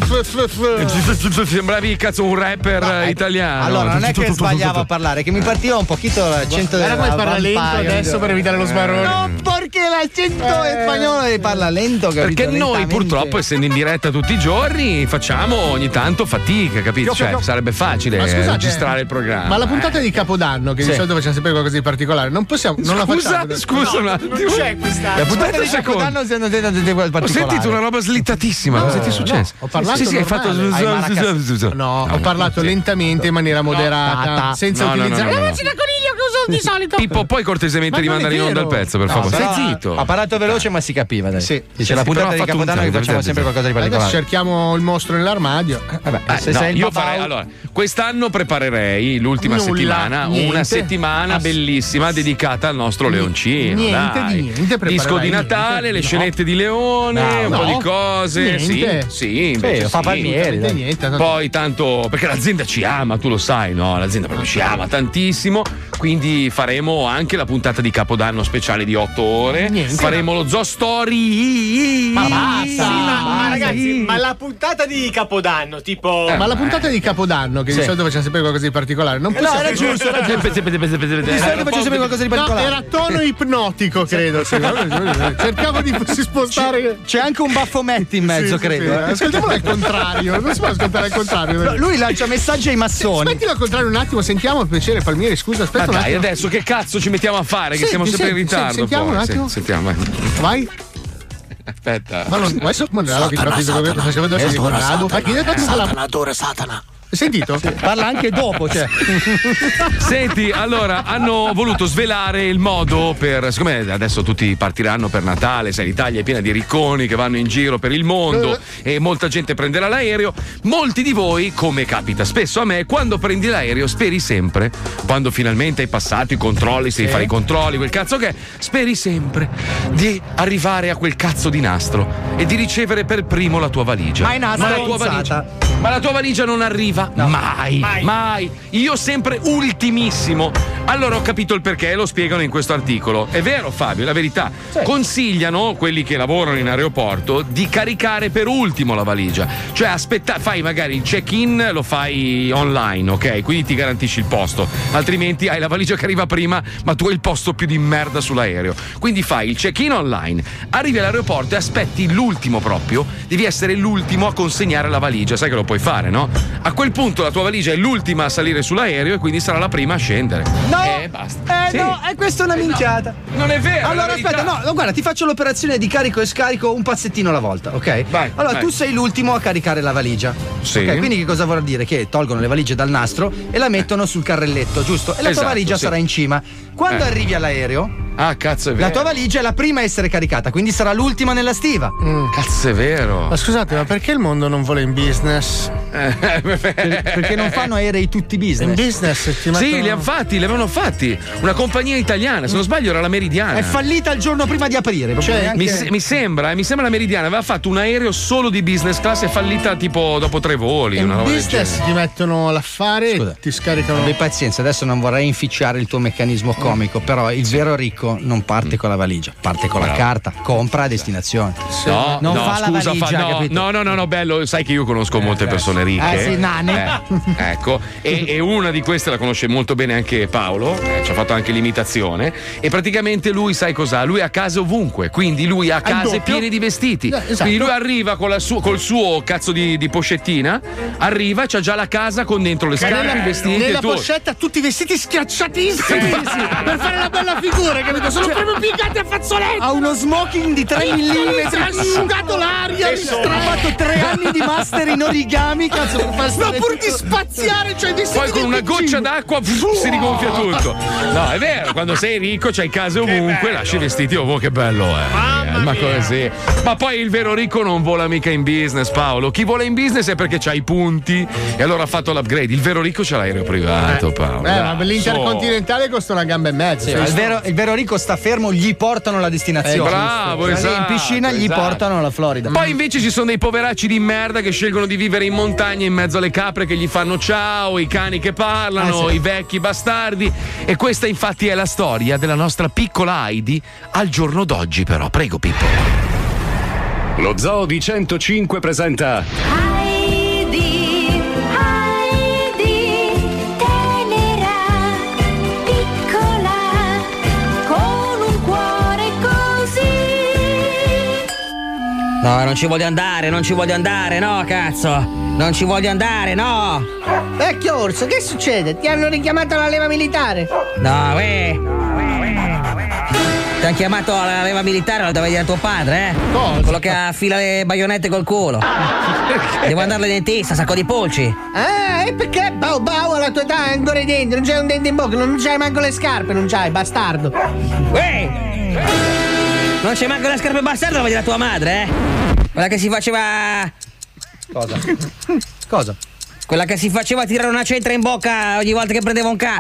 Sembravi cazzo un rapper italiano. Allora, non è che sbagliavo a parlare, che mi partiva un pochino l'accento della vampire. Guarda come parla lento adesso per evitare lo sbarone. No, perché l'accento spagnolo parla lento, capito? Perché noi purtroppo, essendo in diretta tutti i giorni, facciamo ogni tanto fatica, capito? Cioè, sarebbe facile registrare il programma. Ma la puntata di Capodanno, che di solito facciamo sempre qualcosa di particolare, non possiamo. Non la facciamo. Scusa un attimo. Non c'è questa. La puntata di Capodanno si hanno detto particolare. Ho sentito una roba slittatissima. Cosa ti è successo? Ho parlato. Sì, hai fatto. No, ho parlato lentamente in maniera moderata, senza utilizzare la voce da coniglio che uso di solito. Pippo, puoi cortesemente rimandare in onda il pezzo, per favore. Stai zitto. Ha parlato veloce, ma si capiva. Sì. Dice la puntata di Capodanno che facciamo sempre qualcosa di particolare. Adesso cerchiamo il mostro nell'armadio. Io farei. Allora, quest'anno preparerei l'ultima settimana, una settimana bellissima dedicata al nostro leoncino. Niente. Disco di Natale, le scenette di Leone, un po' di cose. Sì, invece fa Palmieri. Poi tanto, perché l'azienda ci ama, tu lo sai, no? L'azienda proprio ci ama tantissimo. Quindi faremo anche la puntata di Capodanno speciale di 8 ore. Faremo lo Zoo Story. Ma basta! Ma ragazzi, ma la puntata di Capodanno, tipo. Ma la puntata di Capodanno, che di solito facciamo sempre qualcosa di particolare. Non possiamo. No, era giusto. Di solito facciamo sempre qualcosa di particolare. No, era tono ipnotico, credo. Cercavo di spostare. C'è anche un baffometti in mezzo, credo. Ascoltiamolo al contrario. Non si può ascoltare al contrario. Lui lancia messaggi ai massoni. Aspettilo al contrario un attimo, sentiamo il piacere, Palmieri. Scusa, aspetta. Ma dai, adesso che cazzo ci mettiamo a fare? Che siamo sempre in ritardo. Sentiamo un attimo. Sentiamo, vai. Aspetta. Ma non adesso Satana. Hai sentito? Parla anche dopo, cioè. Senti, allora, hanno voluto svelare il modo per. Siccome adesso tutti partiranno per Natale, sai, l'Italia è piena di ricconi che vanno in giro per il mondo e molta gente prenderà l'aereo. Molti di voi, come capita spesso a me, quando prendi l'aereo speri sempre, quando finalmente hai passato i controlli, se devi fare i controlli, quel cazzo che è, speri sempre di arrivare a quel cazzo di nastro e di ricevere per primo la tua valigia. Ma la tua valigia non arriva. Mai. Io sempre ultimissimo. Allora ho capito il perché, lo spiegano in questo articolo. È vero, Fabio, è la verità. Consigliano quelli che lavorano in aeroporto di caricare per ultimo la valigia. Cioè fai magari il check-in, lo fai online, ok? Quindi ti garantisci il posto. Altrimenti hai la valigia che arriva prima, ma tu hai il posto più di merda sull'aereo. Quindi fai il check-in online, arrivi all'aeroporto e aspetti l'ultimo proprio. Devi essere l'ultimo a consegnare la valigia. Sai che lo puoi fare, no? A quel punto la tua valigia è l'ultima a salire sull'aereo e quindi sarà la prima a scendere. No! Basta. No, questa è una minchiata. Non è vero. Allora aspetta, no, guarda, ti faccio l'operazione di carico e scarico un pezzettino alla volta, ok? Vai. Allora, tu sei l'ultimo a caricare la valigia. Sì. Ok, quindi che cosa vuol dire? Che tolgono le valigie dal nastro e la mettono sul carrelletto, giusto? E la tua valigia sarà in cima. Quando arrivi all'aereo. Ah, cazzo, è vero. La tua valigia è la prima a essere caricata, quindi sarà l'ultima nella stiva. Cazzo, è vero. Ma scusate, ma perché il mondo non vuole in business? Perché non fanno aerei tutti business. In business ti mettono... Sì, li avevano fatti. Una compagnia italiana, se non sbaglio era la Meridiana. È fallita il giorno prima di aprire. Cioè, anche... mi sembra la Meridiana aveva fatto un aereo solo di business class, è fallita tipo dopo 3 voli. In una roba business ti mettono l'affare e ti scaricano. Abbi pazienza, adesso non vorrei inficiare il tuo meccanismo comico, però il vero ricco non parte con la valigia, parte con la carta, compra a destinazione. No, bello, sai che io conosco molte persone ricche. Sì, nane. Ecco, e una di queste la conosce molto bene anche Paolo, ci ha fatto anche l'imitazione, e praticamente lui sai cos'ha? Lui ha case ovunque, quindi lui ha case piene di vestiti. Esatto. Quindi lui arriva col suo cazzo di pochettina, arriva e c'ha già la casa con dentro le scarpe, i vestiti. Nella pochetta tutti i vestiti schiacciatissimi per fare una bella figura, che capito? Sono proprio piegati a fazzoletto. Ha uno smoking di 3 mm. Ha asciugato l'aria. Ha fatto 3 anni di master in origami, cazzo, per far ma pur di spaziare, cioè di poi con una goccia d'acqua si rigonfia tutto. No, è vero, quando sei ricco c'hai case ovunque, lasci i vestiti ovunque, che bello è. Ma così. Ma poi il vero ricco non vola mica in business, Paolo. Chi vola in business è perché c'ha i punti e allora ha fatto l'upgrade. Il vero ricco c'ha l'aereo privato, Paolo. Ma l'intercontinentale costa una gamba e mezzo. Il vero ricco sta fermo, gli portano la destinazione. Bravo, esatto. In piscina gli portano alla Florida. Poi invece ci sono dei poveracci di merda che scelgono di vivere in montagna in mezzo alle capre che gli fanno ciao, i cani che parlano, i vecchi bastardi. E questa infatti è la storia della nostra piccola Heidi al giorno d'oggi, però. Prego, Pippo. Lo Zoo di 105 presenta Heidi, tenera, piccola, con un cuore così. No, non ci voglio andare, no, cazzo! Non ci voglio andare, no! Vecchio orso, che succede? Ti hanno richiamato alla leva militare? No, ti hanno chiamato alla leva militare, lo deve dire tuo padre, eh? Cosa? Quello che affila le baionette col culo. Devo andare al dentista, sacco di pulci. Ah, e perché? Bau alla tua età ancora i denti, non c'hai un dente in bocca, non c'hai manco le scarpe, non c'hai, bastardo. Non c'è manco le scarpe, bastardo, lo deve dire tua madre, eh? Quella che si faceva... Cosa? Quella che si faceva tirare una cetra in bocca ogni volta che prendeva un c***o.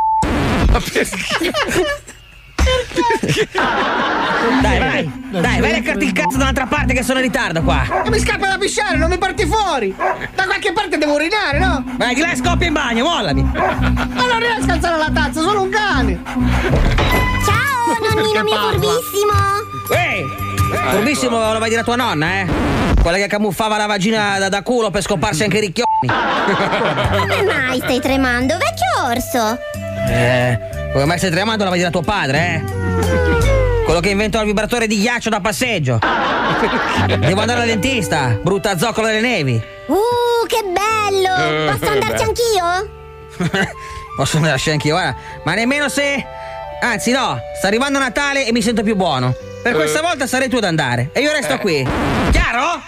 Dai, vai a leccarti il cazzo da un'altra parte che sono in ritardo qua. E mi scappa da pisciare, non mi porti fuori. Da qualche parte devo urinare, no? Vai, di là e scoppia in bagno, mollami. Ma non riesco a alzare la tazza, sono un cane. Ciao, nonnino mio furbissimo. Furbissimo lo vai a dire a tua nonna, eh? Quella che camuffava la vagina da culo per scoparsi anche i ricchioni. Come mai stai tremando, vecchio orso? Come mai stai tremando lo vai a dire a tuo padre, eh? Quello che inventò il vibratore di ghiaccio da passeggio. Devo andare al dentista, brutta zoccola delle nevi. Che bello! Posso andarci anch'io? Posso andarci anch'io, guarda. Ma nemmeno se... Anzi no, sta arrivando Natale e mi sento più buono. Per questa volta sarei tu ad andare e io resto qui. Chiaro?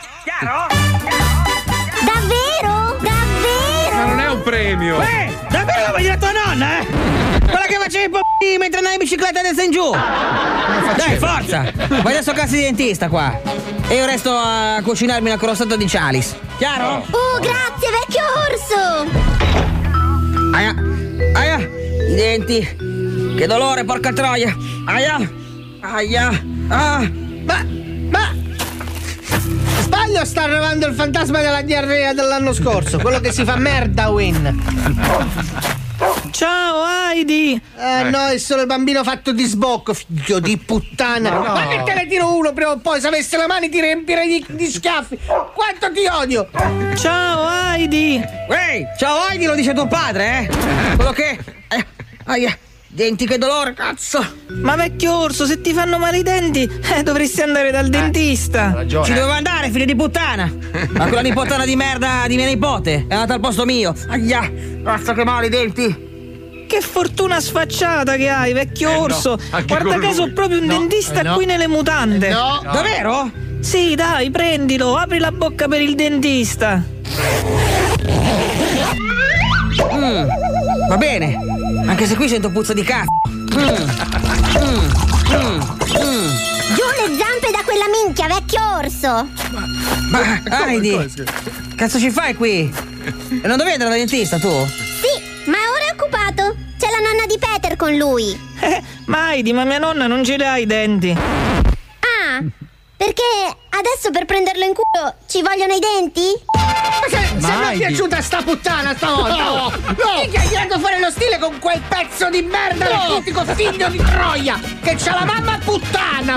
Davvero? Ma non è un premio. Davvero lo vuoi dire a tua nonna, eh? Quella che facevi i p***i mentre andavi in bicicletta destra in giù. Dai, forza. Vai adesso a casa di dentista qua. E io resto a cucinarmi una crostata di Cialis. Chiaro? Grazie, vecchio orso. Aia, i denti. Che dolore, porca troia. Aia. Ma sbaglio, sta arrivando il fantasma della diarrea dell'anno scorso, quello che si fa merda, Win. Ciao Heidi. No, è solo il bambino fatto di sbocco, figlio di puttana. Ma che te ne tiro uno prima o poi, se avessi le mani ti riempirei di schiaffi. Quanto ti odio. Ciao Heidi. Ciao Heidi, lo dice tuo padre, eh? Quello che... Aia. Denti, che dolore, cazzo! Ma vecchio orso, se ti fanno male i denti, dovresti andare dal dentista. Ci dovevo andare, figlio di puttana! Ma quella nipotana di merda di mia nipote è andata al posto mio. Aia! Cazzo, che male i denti! Che fortuna sfacciata che hai, vecchio orso! Guarda caso ho proprio un dentista qui nelle mutande. No. Davvero? Sì, dai, prendilo, apri la bocca per il dentista. Va bene, anche se qui sento puzza di cazzo. Giù le zampe da quella minchia, vecchio orso. Ma Heidi, cazzo ci fai qui? E non dovevi andare dal dentista tu? Sì, ma ora è occupato. C'è la nonna di Peter con lui. Ma Heidi, ma mia nonna non ce li ha i denti. Perché adesso per prenderlo in culo ci vogliono i denti? Ma se mi è piaciuta sta puttana stavolta! No! Chi ha tirato fuori lo stile con quel pezzo di merda del mitico figlio di Troia! Che c'ha la mamma puttana!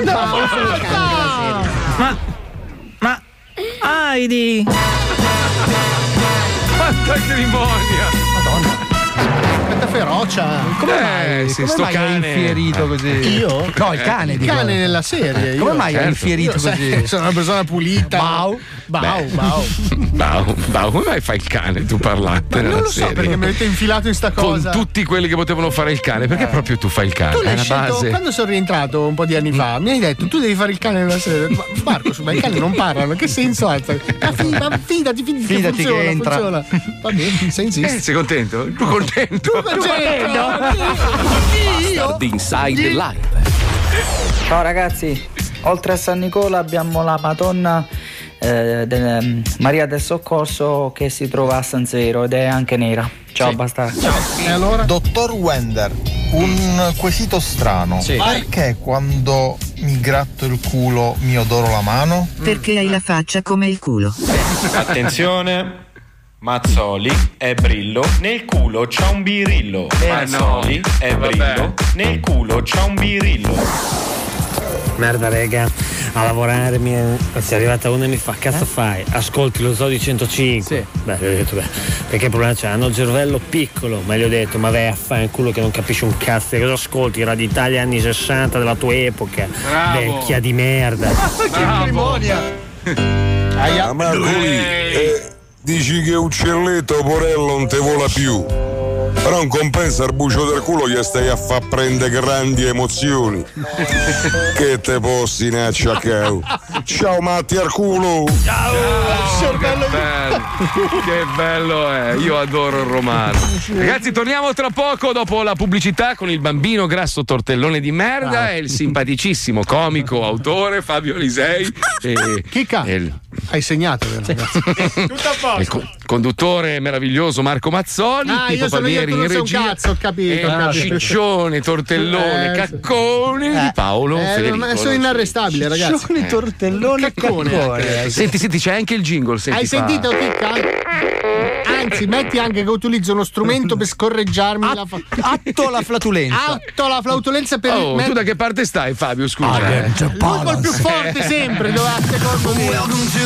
Ma Heidi! Quanta acrimonia! Madonna! Quanta ferocia. Come mai? Sì, Come sto mai cane. è infierito così? Io? No, il cane. Il dico. cane nella serie. Come io. mai è infierito così? Sono una persona pulita. Bau. Come mai fai il cane tu parlante? Ma non lo so serie? perché mi avete infilato in sta cosa. Con tutti quelli che potevano fare il cane, perché proprio tu fai il cane? Tu l'hai È la scelto base. quando sono rientrato un po' di anni fa. Mi hai detto tu devi fare il cane nella serie. Ma Marco, ma i cani non parlano. Che senso ha? Fidati funziona, che entra. funziona. Va bene, se insisti. Sei contento? Tu contento? Bastard Inside Live. Ciao ragazzi, oltre a San Nicola abbiamo la Madonna Maria del Soccorso che si trova a San Zero ed è anche nera. Ciao, basta. E allora? Dottor Wender, un quesito strano. Sì. Perché quando mi gratto il culo mi odoro la mano? Perché hai la faccia come il culo. Attenzione, Mazzoli è Brillo, nel culo c'ha un birillo. Mazzoli è Brillo, nel culo c'ha un birillo. Merda rega, a lavorare si è arrivata una e mi fa cazzo fai? Ascolti lo Zoo di 105. Sì. Beh, gli ho detto perché problema c'è? Hanno il cervello piccolo, ma gli ho detto ma vai a fare il culo che non capisci un cazzo, che cosa ascolti? Radio Italia anni 60 della tua epoca. Bravo. Vecchia di merda. Che matrimonio. Marcoli, dici che uccelletto porello non te vola più. Però non compensa il bucio del culo, gli stai a far prendere grandi emozioni. Che te posti ne acciaccao. Ciao Matti al culo. Ciao. Che bello è. Io adoro il romano. Ragazzi, torniamo tra poco dopo la pubblicità con il bambino grasso tortellone di merda e il simpaticissimo comico autore Fabio Lisei. Chicca. Hai segnato, ragazzi. Tutto a posto. Il conduttore meraviglioso Marco Mazzoli, Pippo Palmieri in regia. Un cazzo, ho capito. Ciccione, tortellone, caccone di Paolo Federico. Ma sono inarrestabile, ragazzi. Ciccione, tortellone, caccone. Senti, c'è anche il jingle. Hai sentito, Chicca? Anzi, metti anche che utilizzo uno strumento per scorreggiarmi Atto la flatulenza. Atto la flautolenza per tu da che parte stai, Fabio? Scusa. Lungo il più forte sempre, secondo me.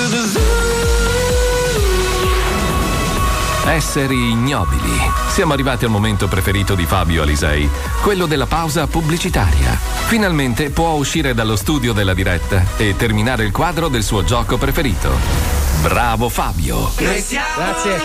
Esseri ignobili. Siamo arrivati al momento preferito di Fabio Alisei, quello della pausa pubblicitaria. Finalmente può uscire dallo studio della diretta e terminare il quadro del suo gioco preferito. Bravo Fabio. Grazie.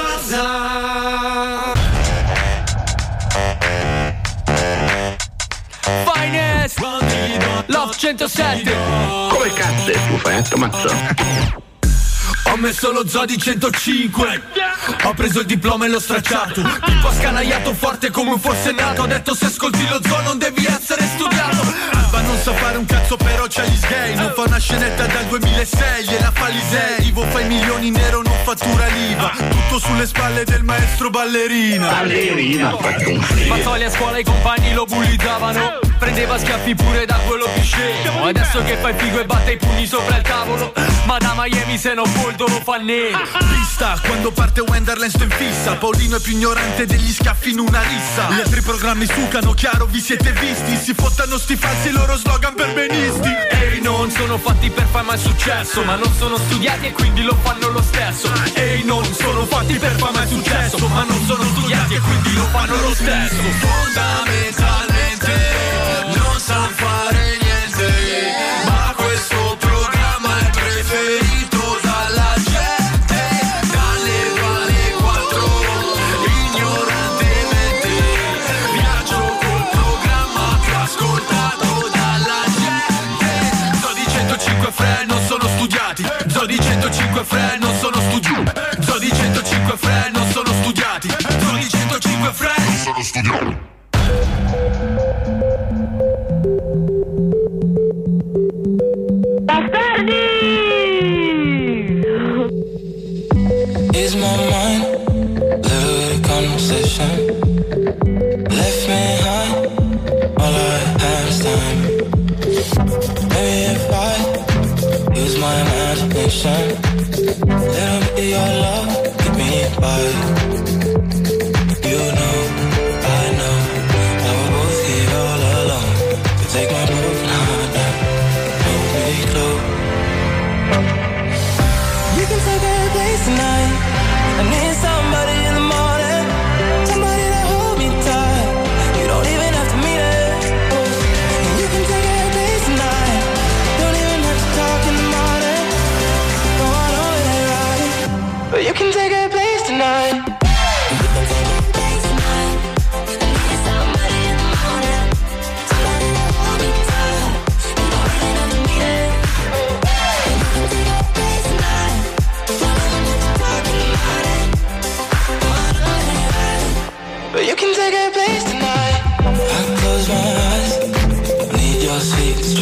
Finest Love 107. Come cazzo tu fai, Mazzo? Ho messo lo Zoo di 105. Ho preso il diploma e l'ho stracciato. Tipo ha scanaiato forte come un forsennato. Ho detto se ascolti lo Zoo non devi essere studiato. Alba non sa fare un cazzo però c'ha gli sgay. Non fa una scenetta dal 2006 e la fa Lisei. Ivo fa i milioni nero, non fattura l'IVA. Tutto sulle spalle del maestro ballerina. Mazzoli a scuola i compagni lo bullizzavano. Prendeva schiaffi pure da quello più scemo. Adesso che fa il figo e batte i pugni sopra il tavolo. Ma da Miami se non foldo lo fa nero. Pista, quando parte Wenderland sto in fissa. Paolino è più ignorante degli schiaffi in una rissa. Gli altri programmi sucano, chiaro, vi siete visti. Si fottano sti falsi loro slogan per benisti. Ehi, non sono fatti per fare mai successo, ma non sono studiati e quindi lo fanno lo stesso. Ehi, non sono fatti per fare mai successo, ma non sono studiati e quindi lo fanno lo stesso. Fondamentalmente non sa fare niente, ma questo programma è preferito dalla gente. Dalle vale 4 ignorantemente viaggio col programma più ascoltato dalla gente. Zoo di 105 Fre non sono studiati. Zoo di 105 Fre non sono studiati. Zoo di 105 Fre non sono studiati. Zoo di 105 Fre non sono studiati. Is my mind living with a conversation? Left me high, all I have is time. Maybe if I use my imagination, little bit of your love keep me by. You know, I know, I will both leave all alone. You take my broken heart now, hold me close. You can take a place tonight. I need somebody in the morning, somebody to hold me tight.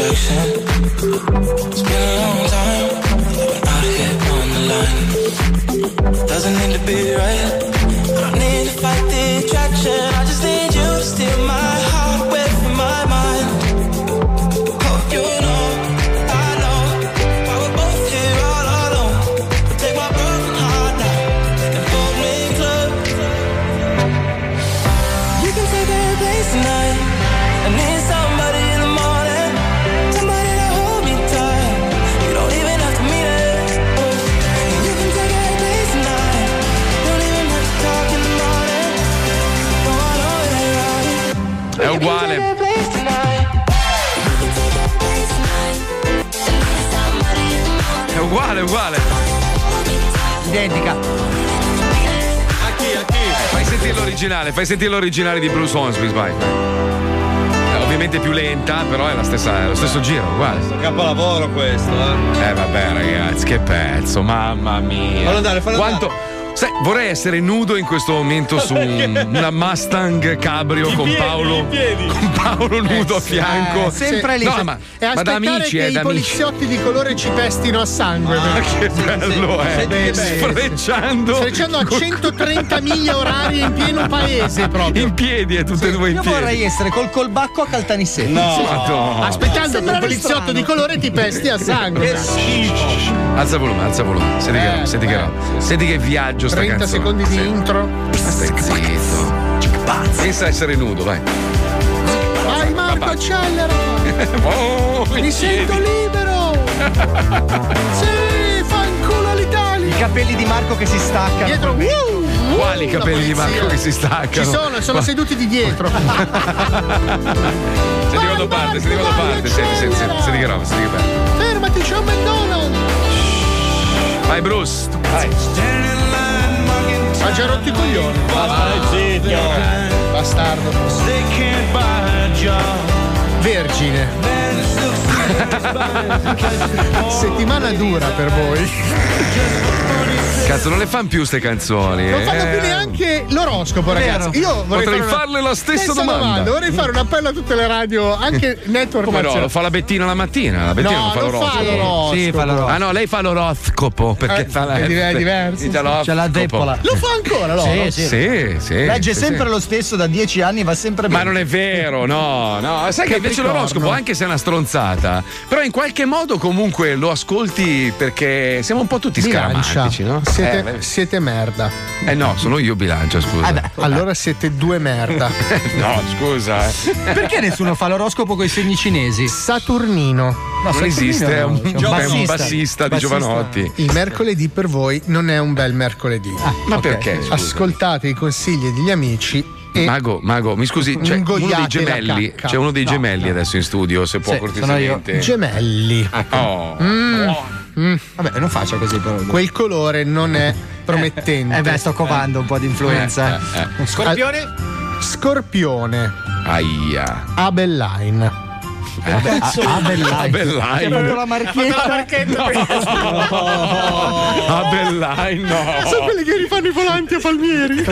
reflection. It's been a long time, but out here on the line. Doesn't need to be right, I don't need to fight the attraction. I just need you to steal my heart away from my mind. Hope you know, I know, why we're both here all alone. But take my broken heart now and hold me close. You can take a place tonight. I need somebody in the morning, somebody to hold me tight. You don't even have to mean it. You can take a place tonight. Don't even have to talk in the morning. No, I know it ain't right. È uguale. È uguale. Identica. A chi? Fai sentire l'originale di Bruce Hornsby, vai. Ovviamente più lenta, però è lo stesso giro, uguale. Capolavoro questo, vabbè ragazzi, che pezzo, mamma mia. Fallo andare. Sai, vorrei essere nudo in questo momento su una Mustang Cabrio con Paolo nudo a fianco. Sempre lì. No, ma e aspettare da amici, che i poliziotti di colore ci pestino a sangue. Che bello è. Sfrecciando a 130 miglia orarie in pieno paese proprio. In piedi e tutte e due in piedi. Io vorrei essere col colbacco a Caltanissetta. No. Aspettando che un poliziotto di colore ti pesti a sangue. Che schifo. Alza volume. Senti che roba. Senti che viaggio sta 30 canzone. secondi di intro. Stai zitto. Pensa a essere nudo, vai. Vai Marco, accelera. Mi sento piedi. libero. Sì, fanculo all'Italia. I capelli di Marco che si staccano. Dietro. Quali capelli di Marco che si staccano? Ci sono seduti di dietro. Senti quando parte. Senti che roba, senti che bello. Fermati, c'è un McDonald's. Vai Bruce, vai. Ha già rotto i coglioni. Bastardo. Vergine. Settimana dura per voi. Cazzo, non le fanno più ste canzoni. Non fanno più neanche l'oroscopo, ragazzi. Io potrei farle la stessa domanda. Vorrei fare un appello a tutte le radio, anche network. Come no? Lo fa la Bettina la mattina. La Bettina non fa l'oroscopo. Sì, fa l'oroscopo. Ah no, lei fa l'oroscopo perché fa la. È diverso. C'è la deppola. Lo fa ancora, no? Sì. Legge sempre lo stesso da 10 anni, va sempre bene. Ma non è vero, no. Sai che invece l'oroscopo, anche se è una stronzata, però in qualche modo comunque lo ascolti perché siamo un po' tutti scaramatici, no? Siete merda. No, sono io bilancia, scusa. Allora siete due merda. No, scusa. Perché nessuno fa l'oroscopo con i segni cinesi? Saturnino. No, non esiste, è un bassista di Giovanotti. Il mercoledì per voi non è un bel mercoledì. Ma perché? Scusa. Ascoltate i consigli degli amici. Mago, mi scusi, c'è uno dei gemelli. C'è uno dei gemelli adesso in studio, se può cortesemente. Gemelli. Vabbè, non faccia così però. Quel colore non è promettente. Sto covando un po' di influenza. Scorpione. Aia. Abelline. Abelline. Hai fatto la marchetta. Abelline, no. Sono quelli che rifanno i volanti a Palmieri.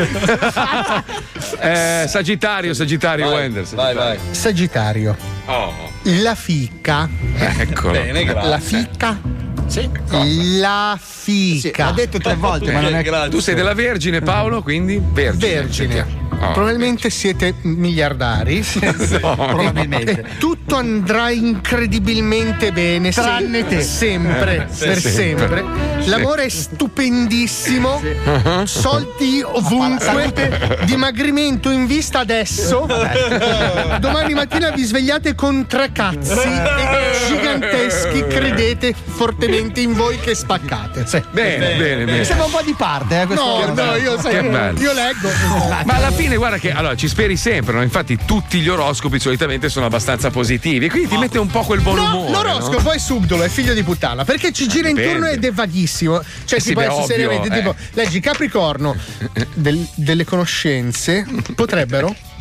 Sagittario, Wenders. Vai. Sagittario. La fica. Eccolo. Bene, grazie. La fica. Sì. La fica. L'ha detto 3 volte, ma non è. Tu sei della Vergine, Paolo, quindi? Vergine. Probabilmente siete miliardari. Probabilmente. Tutto andrà incredibilmente bene. Tranne te. Sempre. Per sempre. L'amore è stupendissimo. Soldi ovunque. Dimagrimento in vista adesso. Domani mattina vi svegliate con 3 cazzi giganteschi. Credete fortemente in voi che spaccate. Bene. Mi sembra un po' di parte, questo. No, io leggo. Ma alla fine guarda che allora ci speri sempre, no? Infatti tutti gli oroscopi solitamente sono abbastanza positivi, quindi ti mette un po' quel buon umore. L'oroscopo è subdolo, è figlio di puttana, perché ci gira intorno ed è vaghissimo. Cioè si può essere seriamente tipo leggi Capricorno, delle conoscenze potrebbero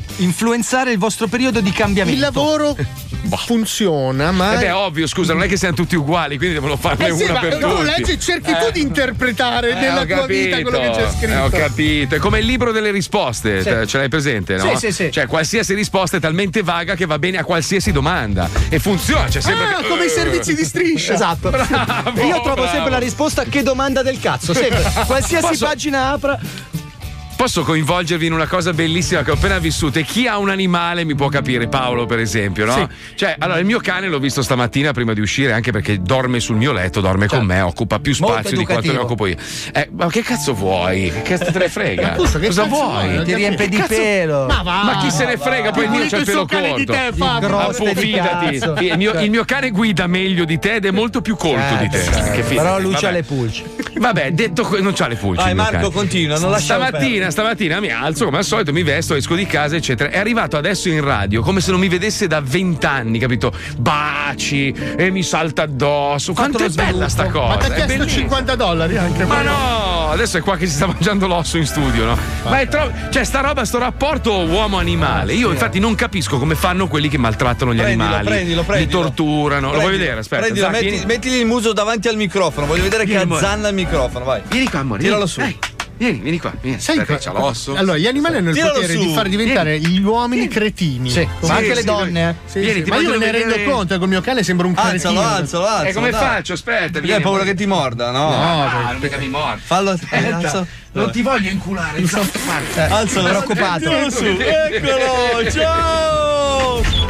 influenzare il vostro periodo di cambiamento. Il lavoro funziona, ma. È ovvio, scusa, non è che siamo tutti uguali, quindi devono farne sì, una per tutti. Leggi, cerchi tu di interpretare nella tua vita quello che c'è scritto. Ho capito. È come il libro delle risposte, ce l'hai presente, no? Sì. Cioè, qualsiasi risposta è talmente vaga che va bene a qualsiasi domanda. E funziona, c'è sempre. Come i servizi di Striscia. Esatto. Bravo, io trovo sempre la risposta: che domanda del cazzo. Sempre. Qualsiasi pagina apra. Posso coinvolgervi in una cosa bellissima che ho appena vissuto, e chi ha un animale mi può capire, Paolo per esempio, no? Sì. Cioè, allora il mio cane l'ho visto stamattina prima di uscire, anche perché dorme sul mio letto, dorme con me, occupa più spazio di quanto ne occupo io. Ma che cazzo vuoi? Che cazzo te ne frega? Cosa vuoi? Ti riempie di pelo. Ma chi se ne frega? Poi il mio c'ha il pelo corto. Fidati, il mio cane guida meglio di te ed è molto più colto di te. Però lui c'ha le pulci. Vabbè, detto non c'ha le pulci. Vai Marco, continua, non lasciamo Stamattina mi alzo come al solito, mi vesto, esco di casa, eccetera. È arrivato adesso in radio come se non mi vedesse da 20 anni, capito? Baci e mi salta addosso. Quanto è bella sta cosa! Ma ti ha chiesto $50 anche. Ma no, adesso è qua che si sta mangiando l'osso in studio, no? Ma è cioè, sto rapporto uomo-animale. Io infatti non capisco come fanno quelli che maltrattano gli animali. Prendilo. Li torturano. Lo vuoi vedere? Aspetta. Mettili il muso davanti al microfono. Voglio vedere che azzanna il microfono. Vai. Vieni qua, amore. Tiralo su. Vieni qua. Sai che c'ha l'osso? Allora, gli animali hanno il potere di far diventare gli uomini cretini. Sì. Ma anche le donne. Ma io me ne rendo conto, col mio cane sembra un cretino. Alzalo. E come faccio? Aspetta, hai paura che ti morda, no? No, non mica mi morda. Fallo. Non ti voglio inculare. Alzalo, preoccupato. Eccolo, ciao!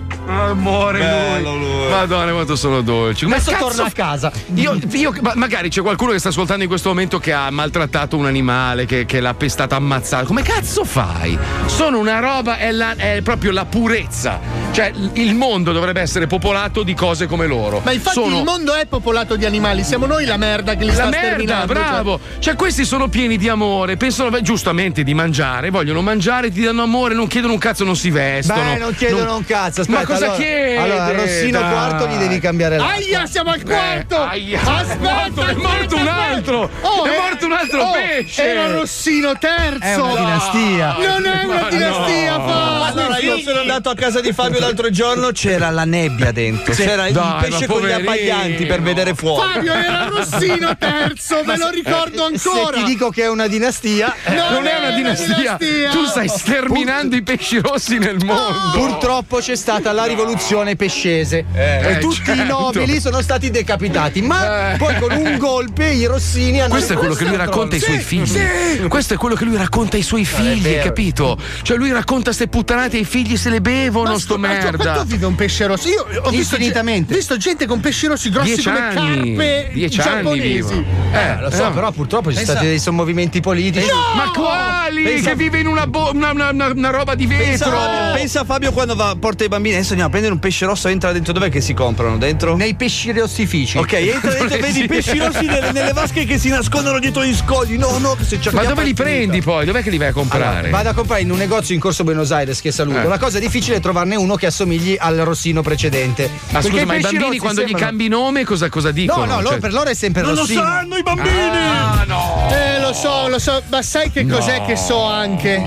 Amore, lui. Madonna, quanto sono dolci. Adesso torna a casa. Io magari c'è qualcuno che sta ascoltando in questo momento che ha maltrattato un animale, che l'ha pestato ammazzato. Come cazzo fai? Sono una roba, è proprio la purezza. Cioè, il mondo dovrebbe essere popolato di cose come loro. Ma infatti il mondo è popolato di animali, siamo noi la merda che li sta sterminando. Bravo. Cioè, questi sono pieni di amore, pensano giustamente di mangiare, vogliono mangiare, ti danno amore, non chiedono un cazzo, non si vestono. Beh, non chiedono un cazzo. Aspetta, ma cosa chiede? Allora, Rossino quarto gli devi cambiare la. Aia, siamo al quarto! Aspetta, è morto un altro! È morto un altro pesce! Era Rossino terzo! È una dinastia! Non è una dinastia, Allora, io sono andato a casa di Fabio l'altro giorno, c'era la nebbia dentro, c'era il pesce con gli abbaglianti per vedere fuori. Fabio era Rossino terzo, me lo ricordo ancora! Se ti dico che è una dinastia, non è una dinastia! Tu stai sterminando i pesci rossi nel mondo! Purtroppo c'è stata la rivoluzione pescese e tutti i nobili sono stati decapitati, ma poi con un golpe i rossini hanno. Questo è quello che lui racconta ai suoi figli. Questo è quello che lui racconta ai suoi figli, capito? Cioè lui racconta ste puttanate e i figli se le bevono, sto merda. Quanto vive un pesce rosso? Io ho visto gente con pesci rossi grossi 10 come anni. carpe giapponesi. Lo so, però purtroppo ci sono stati dei sommovimenti politici. No! Ma quali? Che vive in una roba di vetro. Pensa a Fabio quando porta i bambini. Adesso andiamo a prendere un pesce rosso, entra dentro. Dov'è che si comprano? Dentro? Nei pesci rossifici. Ok, entra dentro, vedi i pesci rossi nelle vasche che si nascondono dietro gli scogli. No, che se c'è. Ma dove li prendi poi? Dov'è che li vai a comprare? Allora, vado a comprare in un negozio in Corso Buenos Aires che saluto. La cosa difficile è trovarne uno che assomigli al rossino precedente. Ma scusa, ma i bambini quando gli cambi nome cosa dicono? No, per loro è sempre non rossino. Non lo sanno i bambini! No! Lo so, ma sai che cos'è che so anche?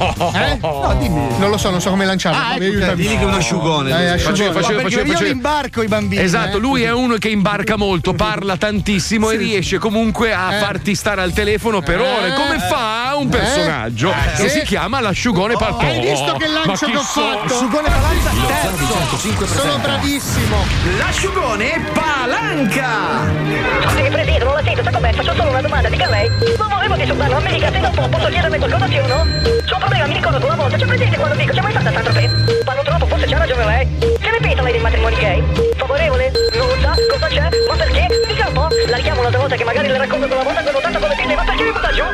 No, dimmi. Non so come lanciarlo. Digli che è un asciugone. Perché io li imbarco i bambini. Esatto, lui è uno che imbarca molto, parla tantissimo e riesce comunque a farti stare al telefono per ore, come fa un personaggio che si chiama l'asciugone Palazzo. Hai visto che lancio che ho fatto? L'asciugone Palanca sono bravissimo. L'asciugone Palanca. Scusi, Presidente, non la sento, sa com'è? Faccio solo una domanda, dica lei. Non volevo disturbarlo, non mi dica se dopo posso chiederle qualcosa più, no? C'è un problema, mi ricordo una volta, c'è presente quando dico, c'è mai stata Sandra Fe? Parlo troppo, forse c'ha ragione lei. Che ne pensa lei dei matrimoni gay? Favorevole? Non sa? Cosa c'è? Ma perché? Dica un po'. La richiamo un'altra volta che magari le racconto quella volta quando tanto con le pille, ma perché mi butta giù?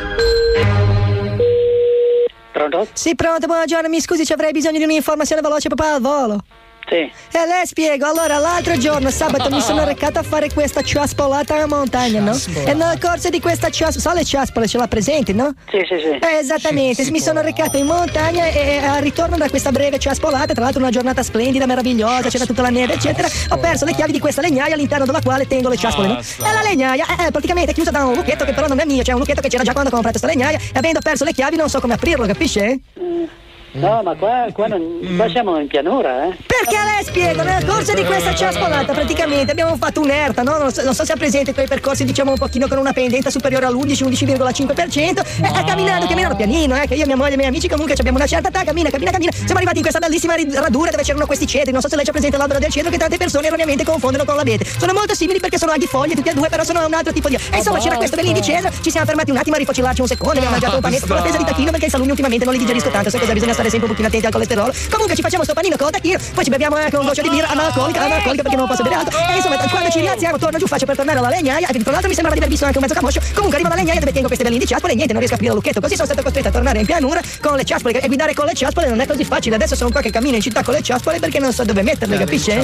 Pronto? Sì, pronto, buongiorno, mi scusi, ci avrei bisogno di un'informazione veloce papà al volo. Sì. E le spiego, allora l'altro giorno, sabato, mi sono recato a fare questa ciaspolata alla montagna, no? E nel corso di questa ciaspola, so le ciaspole, ce l'ha presente, no? Sì. Esattamente, mi sono recato in montagna e al ritorno da questa breve ciaspolata, tra l'altro una giornata splendida, meravigliosa, c'era tutta la neve, eccetera, ho perso le chiavi di questa legnaia all'interno della quale tengo le ciaspole, no? E la legnaia è praticamente chiusa da un lucchetto che però non è mio, cioè un lucchetto che c'era già quando ho comprato questa legnaia e avendo perso le chiavi non so come aprirlo, capisce? No, ma qua siamo in pianura, Perché le spiego, nel corso di questa ciaspolata praticamente abbiamo fatto un'erta, no? Non so se è presente quei percorsi, diciamo, un pochino con una pendenza superiore all'11,5%, e camminando pianino, che io, mia moglie e i miei amici comunque abbiamo una certa età, cammina, siamo arrivati in questa bellissima radura dove c'erano questi cedri, non so se lei c'è presente l'albero del cedro che tante persone erroneamente confondono con l'abete. Sono molto simili perché sono aghifoglie tutti e due, però sono un altro tipo di... E insomma c'era questo belin di cedro, ci siamo fermati un attimo a rifocillarci un secondo, abbiamo mangiato un panetto con la pesa di tacchino perché i salumi ultimamente non li digerisco tanto, sai cosa, bisogna stare sempre un pochino attenti al colesterolo. Comunque ci facciamo sto panino con tacchino, poi ci beviamo anche un goccio di birra analcolica perché non posso bere altro. E insomma quando ci rialziamo torno giù, faccio per tornare alla legnaia, e tra l'altro mi sembrava di aver visto anche un mezzo camoscio. Comunque arrivo alla legnaia dove tengo queste belline di ciaspole e niente, non riesco a aprire il lucchetto, così sono stato costretto a tornare in pianura con le ciaspole, e guidare con le ciaspole non è così facile. Adesso sono qua che cammino in città con le ciaspole perché non so dove metterle, capisce?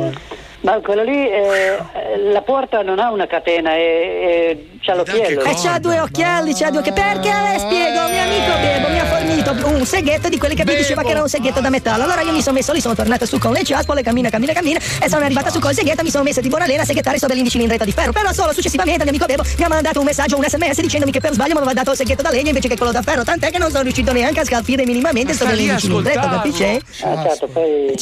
Ma quello lì, la porta non ha una catena e c'ha l'occhiello. E c'ha due occhiali, perché le spiego, un mio amico Bebo mi ha fornito un seghetto di quelli che mi diceva che era un seghetto da metallo. Allora io mi sono messo lì, sono tornato su con le ciaspole, cammina, e sono arrivata su col seghetto, mi sono messa di buona lena a seghettare sto bellin di cilindretta di ferro. Però solo successivamente il mio amico Bebo mi ha mandato un messaggio, un SMS dicendomi che per sbaglio mi aveva dato il seghetto da legno invece che quello da ferro, tant'è che non sono riuscito neanche a scalfire minimamente sto bellin di cilindretta, capisce? Certo, poi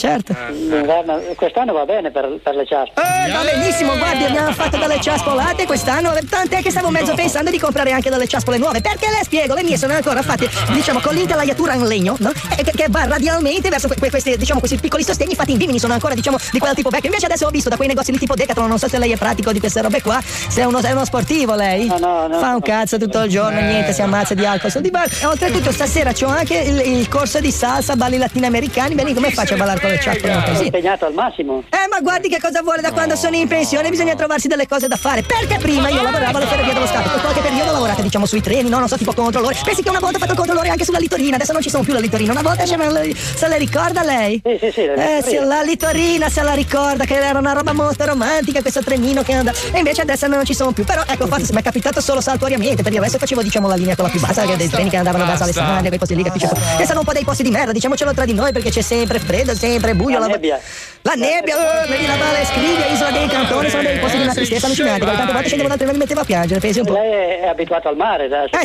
quest'anno va bene per le ciaspole. Va benissimo, guardi, abbiamo fatto delle ciaspolate quest'anno, tant'è che stavo mezzo pensando di comprare anche delle ciaspole nuove, perché le spiego, le mie sono ancora fatte, diciamo, con l'intelaiatura in legno, no? Che va radialmente verso questi piccoli sostegni fatti in vimini, sono ancora, diciamo, di quel tipo vecchio. Invece adesso ho visto da quei negozi di tipo Decathlon, non so se lei è pratico di queste robe qua, se è uno sportivo lei. No. Fa un cazzo tutto il giorno, niente, si ammazza di alcol, di bar. E oltretutto stasera c'ho anche il corso di salsa, balli latinoamericani, bene, come faccio a ballare con le ciaspole così? Impegnato al massimo. Ma guardi che cosa vuole, da quando sono in pensione bisogna trovarsi delle cose da fare, perché prima io lavoravo alle ferrovie dello Stato, per qualche periodo ho lavorato, diciamo, sui treni, no, non so, tipo controllore. Pensi che una volta ho fatto il controllore anche sulla Litorina, adesso non ci sono più la Litorina, una volta se la ricorda lei? Sì, la Litorina se la ricorda, che era una roba molto romantica, questo trenino che andava, e invece adesso non ci sono più. Però ecco, forse mi è capitato solo saltuariamente, per il resto facevo, diciamo, la linea quella più bassa, che dei treni che andavano verso Alessandria, quei posti lì, capisci? E sono un po' dei posti di merda, diciamocelo tra di noi, perché c'è sempre freddo, sempre buio, la nebbia, vedi la Valle Scrivia, Isola dei Cantoni, sono dei posti di una tristezza allucinante. Tante volte scendevo dal treno e mi mettevo a piangere, pensi un po'. Lei è abituato al mare,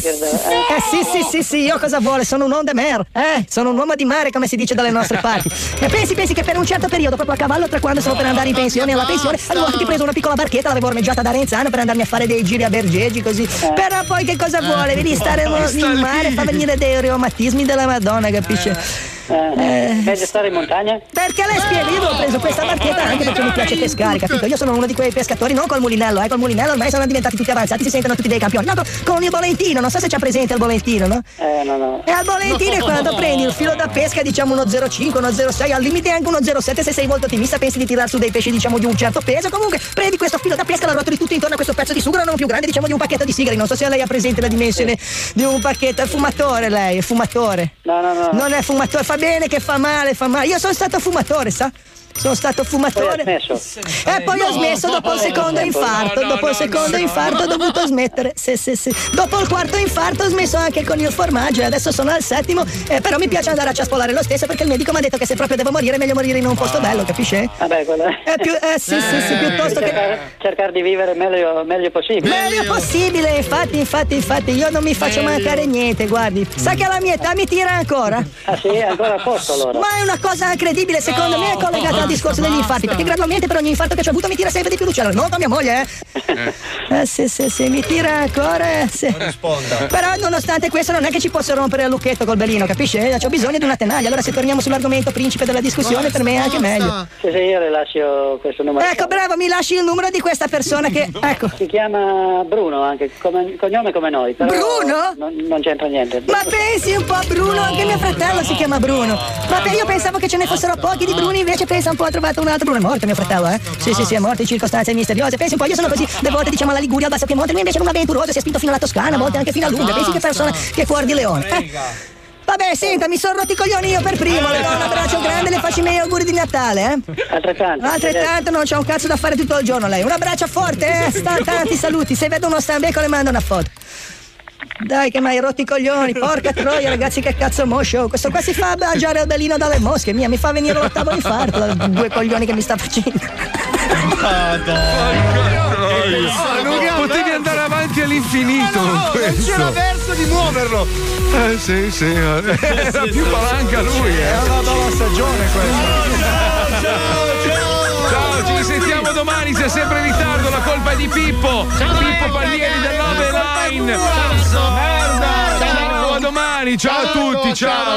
sì, io cosa vuole? Sono un uomo de mer, sono un uomo di mare, come si dice dalle nostre parti. E pensi che per un certo periodo, proprio a cavallo tra quando stavo per andare in pensione e alla pensione, avevo anche preso una piccola barchetta, l'avevo ormeggiata da Renzano per andarmi a fare dei giri a Bergeggi così. Però poi che cosa vuole? Vedi, stare in mare fa venire dei reumatismi della Madonna, capisce? Meglio stare in montagna? Perché le spiego, io avevo preso questa barchetta anche perché mi piace pescare, capito? Io sono uno di quei pescatori, non col mulinello, col mulinello ormai sono diventati tutti avanzati, si sentono tutti dei campioni. No, con il bolentino, non so se c'ha presente il bolentino, no? No. E al bolentino è quando prendi il filo da pesca, diciamo uno 0,5, uno 0,6, al limite anche uno 0,7 se sei molto ottimista, pensi di tirar su dei pesci, diciamo, di un certo peso. Comunque prendi questo filo da pesca, lo rotoli tutto intorno a questo pezzo di sughero non più grande, diciamo, di un pacchetto di sigari. Non so se lei ha presente la dimensione di un pacchetto. È fumatore lei, è fumatore. No. Non è fumatore, fa bene che fa male. Io sono stato fumatore, sa? Sono stato fumatore. E poi ho smesso dopo il secondo infarto. Dopo il secondo infarto ho dovuto smettere. Sì. Dopo il quarto infarto ho smesso anche con il formaggio e adesso sono al settimo. Però mi piace andare a ciaspolare lo stesso perché il medico mi ha detto che se proprio devo morire è meglio morire in un posto bello, capisce? Vabbè, quello è sì, piuttosto che cercare di vivere meglio possibile. Meglio possibile, infatti, io non mi faccio mancare niente, guardi. Sa che alla mia età mi tira ancora? Ah sì, ancora a posto allora. Ma è una cosa incredibile, secondo me è collegata al discorso degli infarti, perché gradualmente per ogni infarto che ho avuto mi tira sempre di più l'uccello, non con mia moglie, sì, mi tira ancora, sì. Non risponda. Però nonostante questo non è che ci posso rompere il lucchetto col belino, capisce? Ho bisogno di una tenaglia, allora se torniamo sull'argomento principe della discussione per me è anche meglio. Sì, io le lascio questo numero. Ecco, bravo, mi lasci il numero di questa persona che, ecco. Si chiama Bruno, anche cognome come noi, però Bruno? Non c'entra niente. Ma pensi un po' Bruno, anche mio fratello si chiama Bruno. Ma io pensavo che ce ne fossero pochi di Bruni, invece pensa un po' a trovato un altro. Bruno è morto mio fratello, Sì, è morto in circostanze misteriose. Pensi un po', io sono così, le volte diciamo alla Liguria, al Basso Piemonte, lui invece è un avventuroso, si è spinto fino alla Toscana, a volte anche fino a Lunghe. Pensi che persona che cuor di leone. Vabbè, senta, mi sono rotti i coglioni io per primo, le do un abbraccio grande, le faccio i miei auguri di Natale, Altrettanto, non c'è un cazzo da fare tutto il giorno lei. Un abbraccio forte, tanti saluti, se vedo uno stambecco le mando una foto. Dai che mi hai rotto i coglioni, porca troia ragazzi, che cazzo moscio. Questo qua si fa mangiare il belino dalle mosche, mi fa venire l'ottavo infarto da due coglioni che mi sta facendo. Potevi andare avanti avanti all'infinito. Non c'era verso di muoverlo. Sì. Era più palanca lui. È una bella stagione questa. Ciao, ci sentiamo domani. Sei sempre in ritardo. La colpa è di Pippo. Pippo Palmieri del Love Line. Merda. Ciao, a domani. Ciao a tutti. Ciao.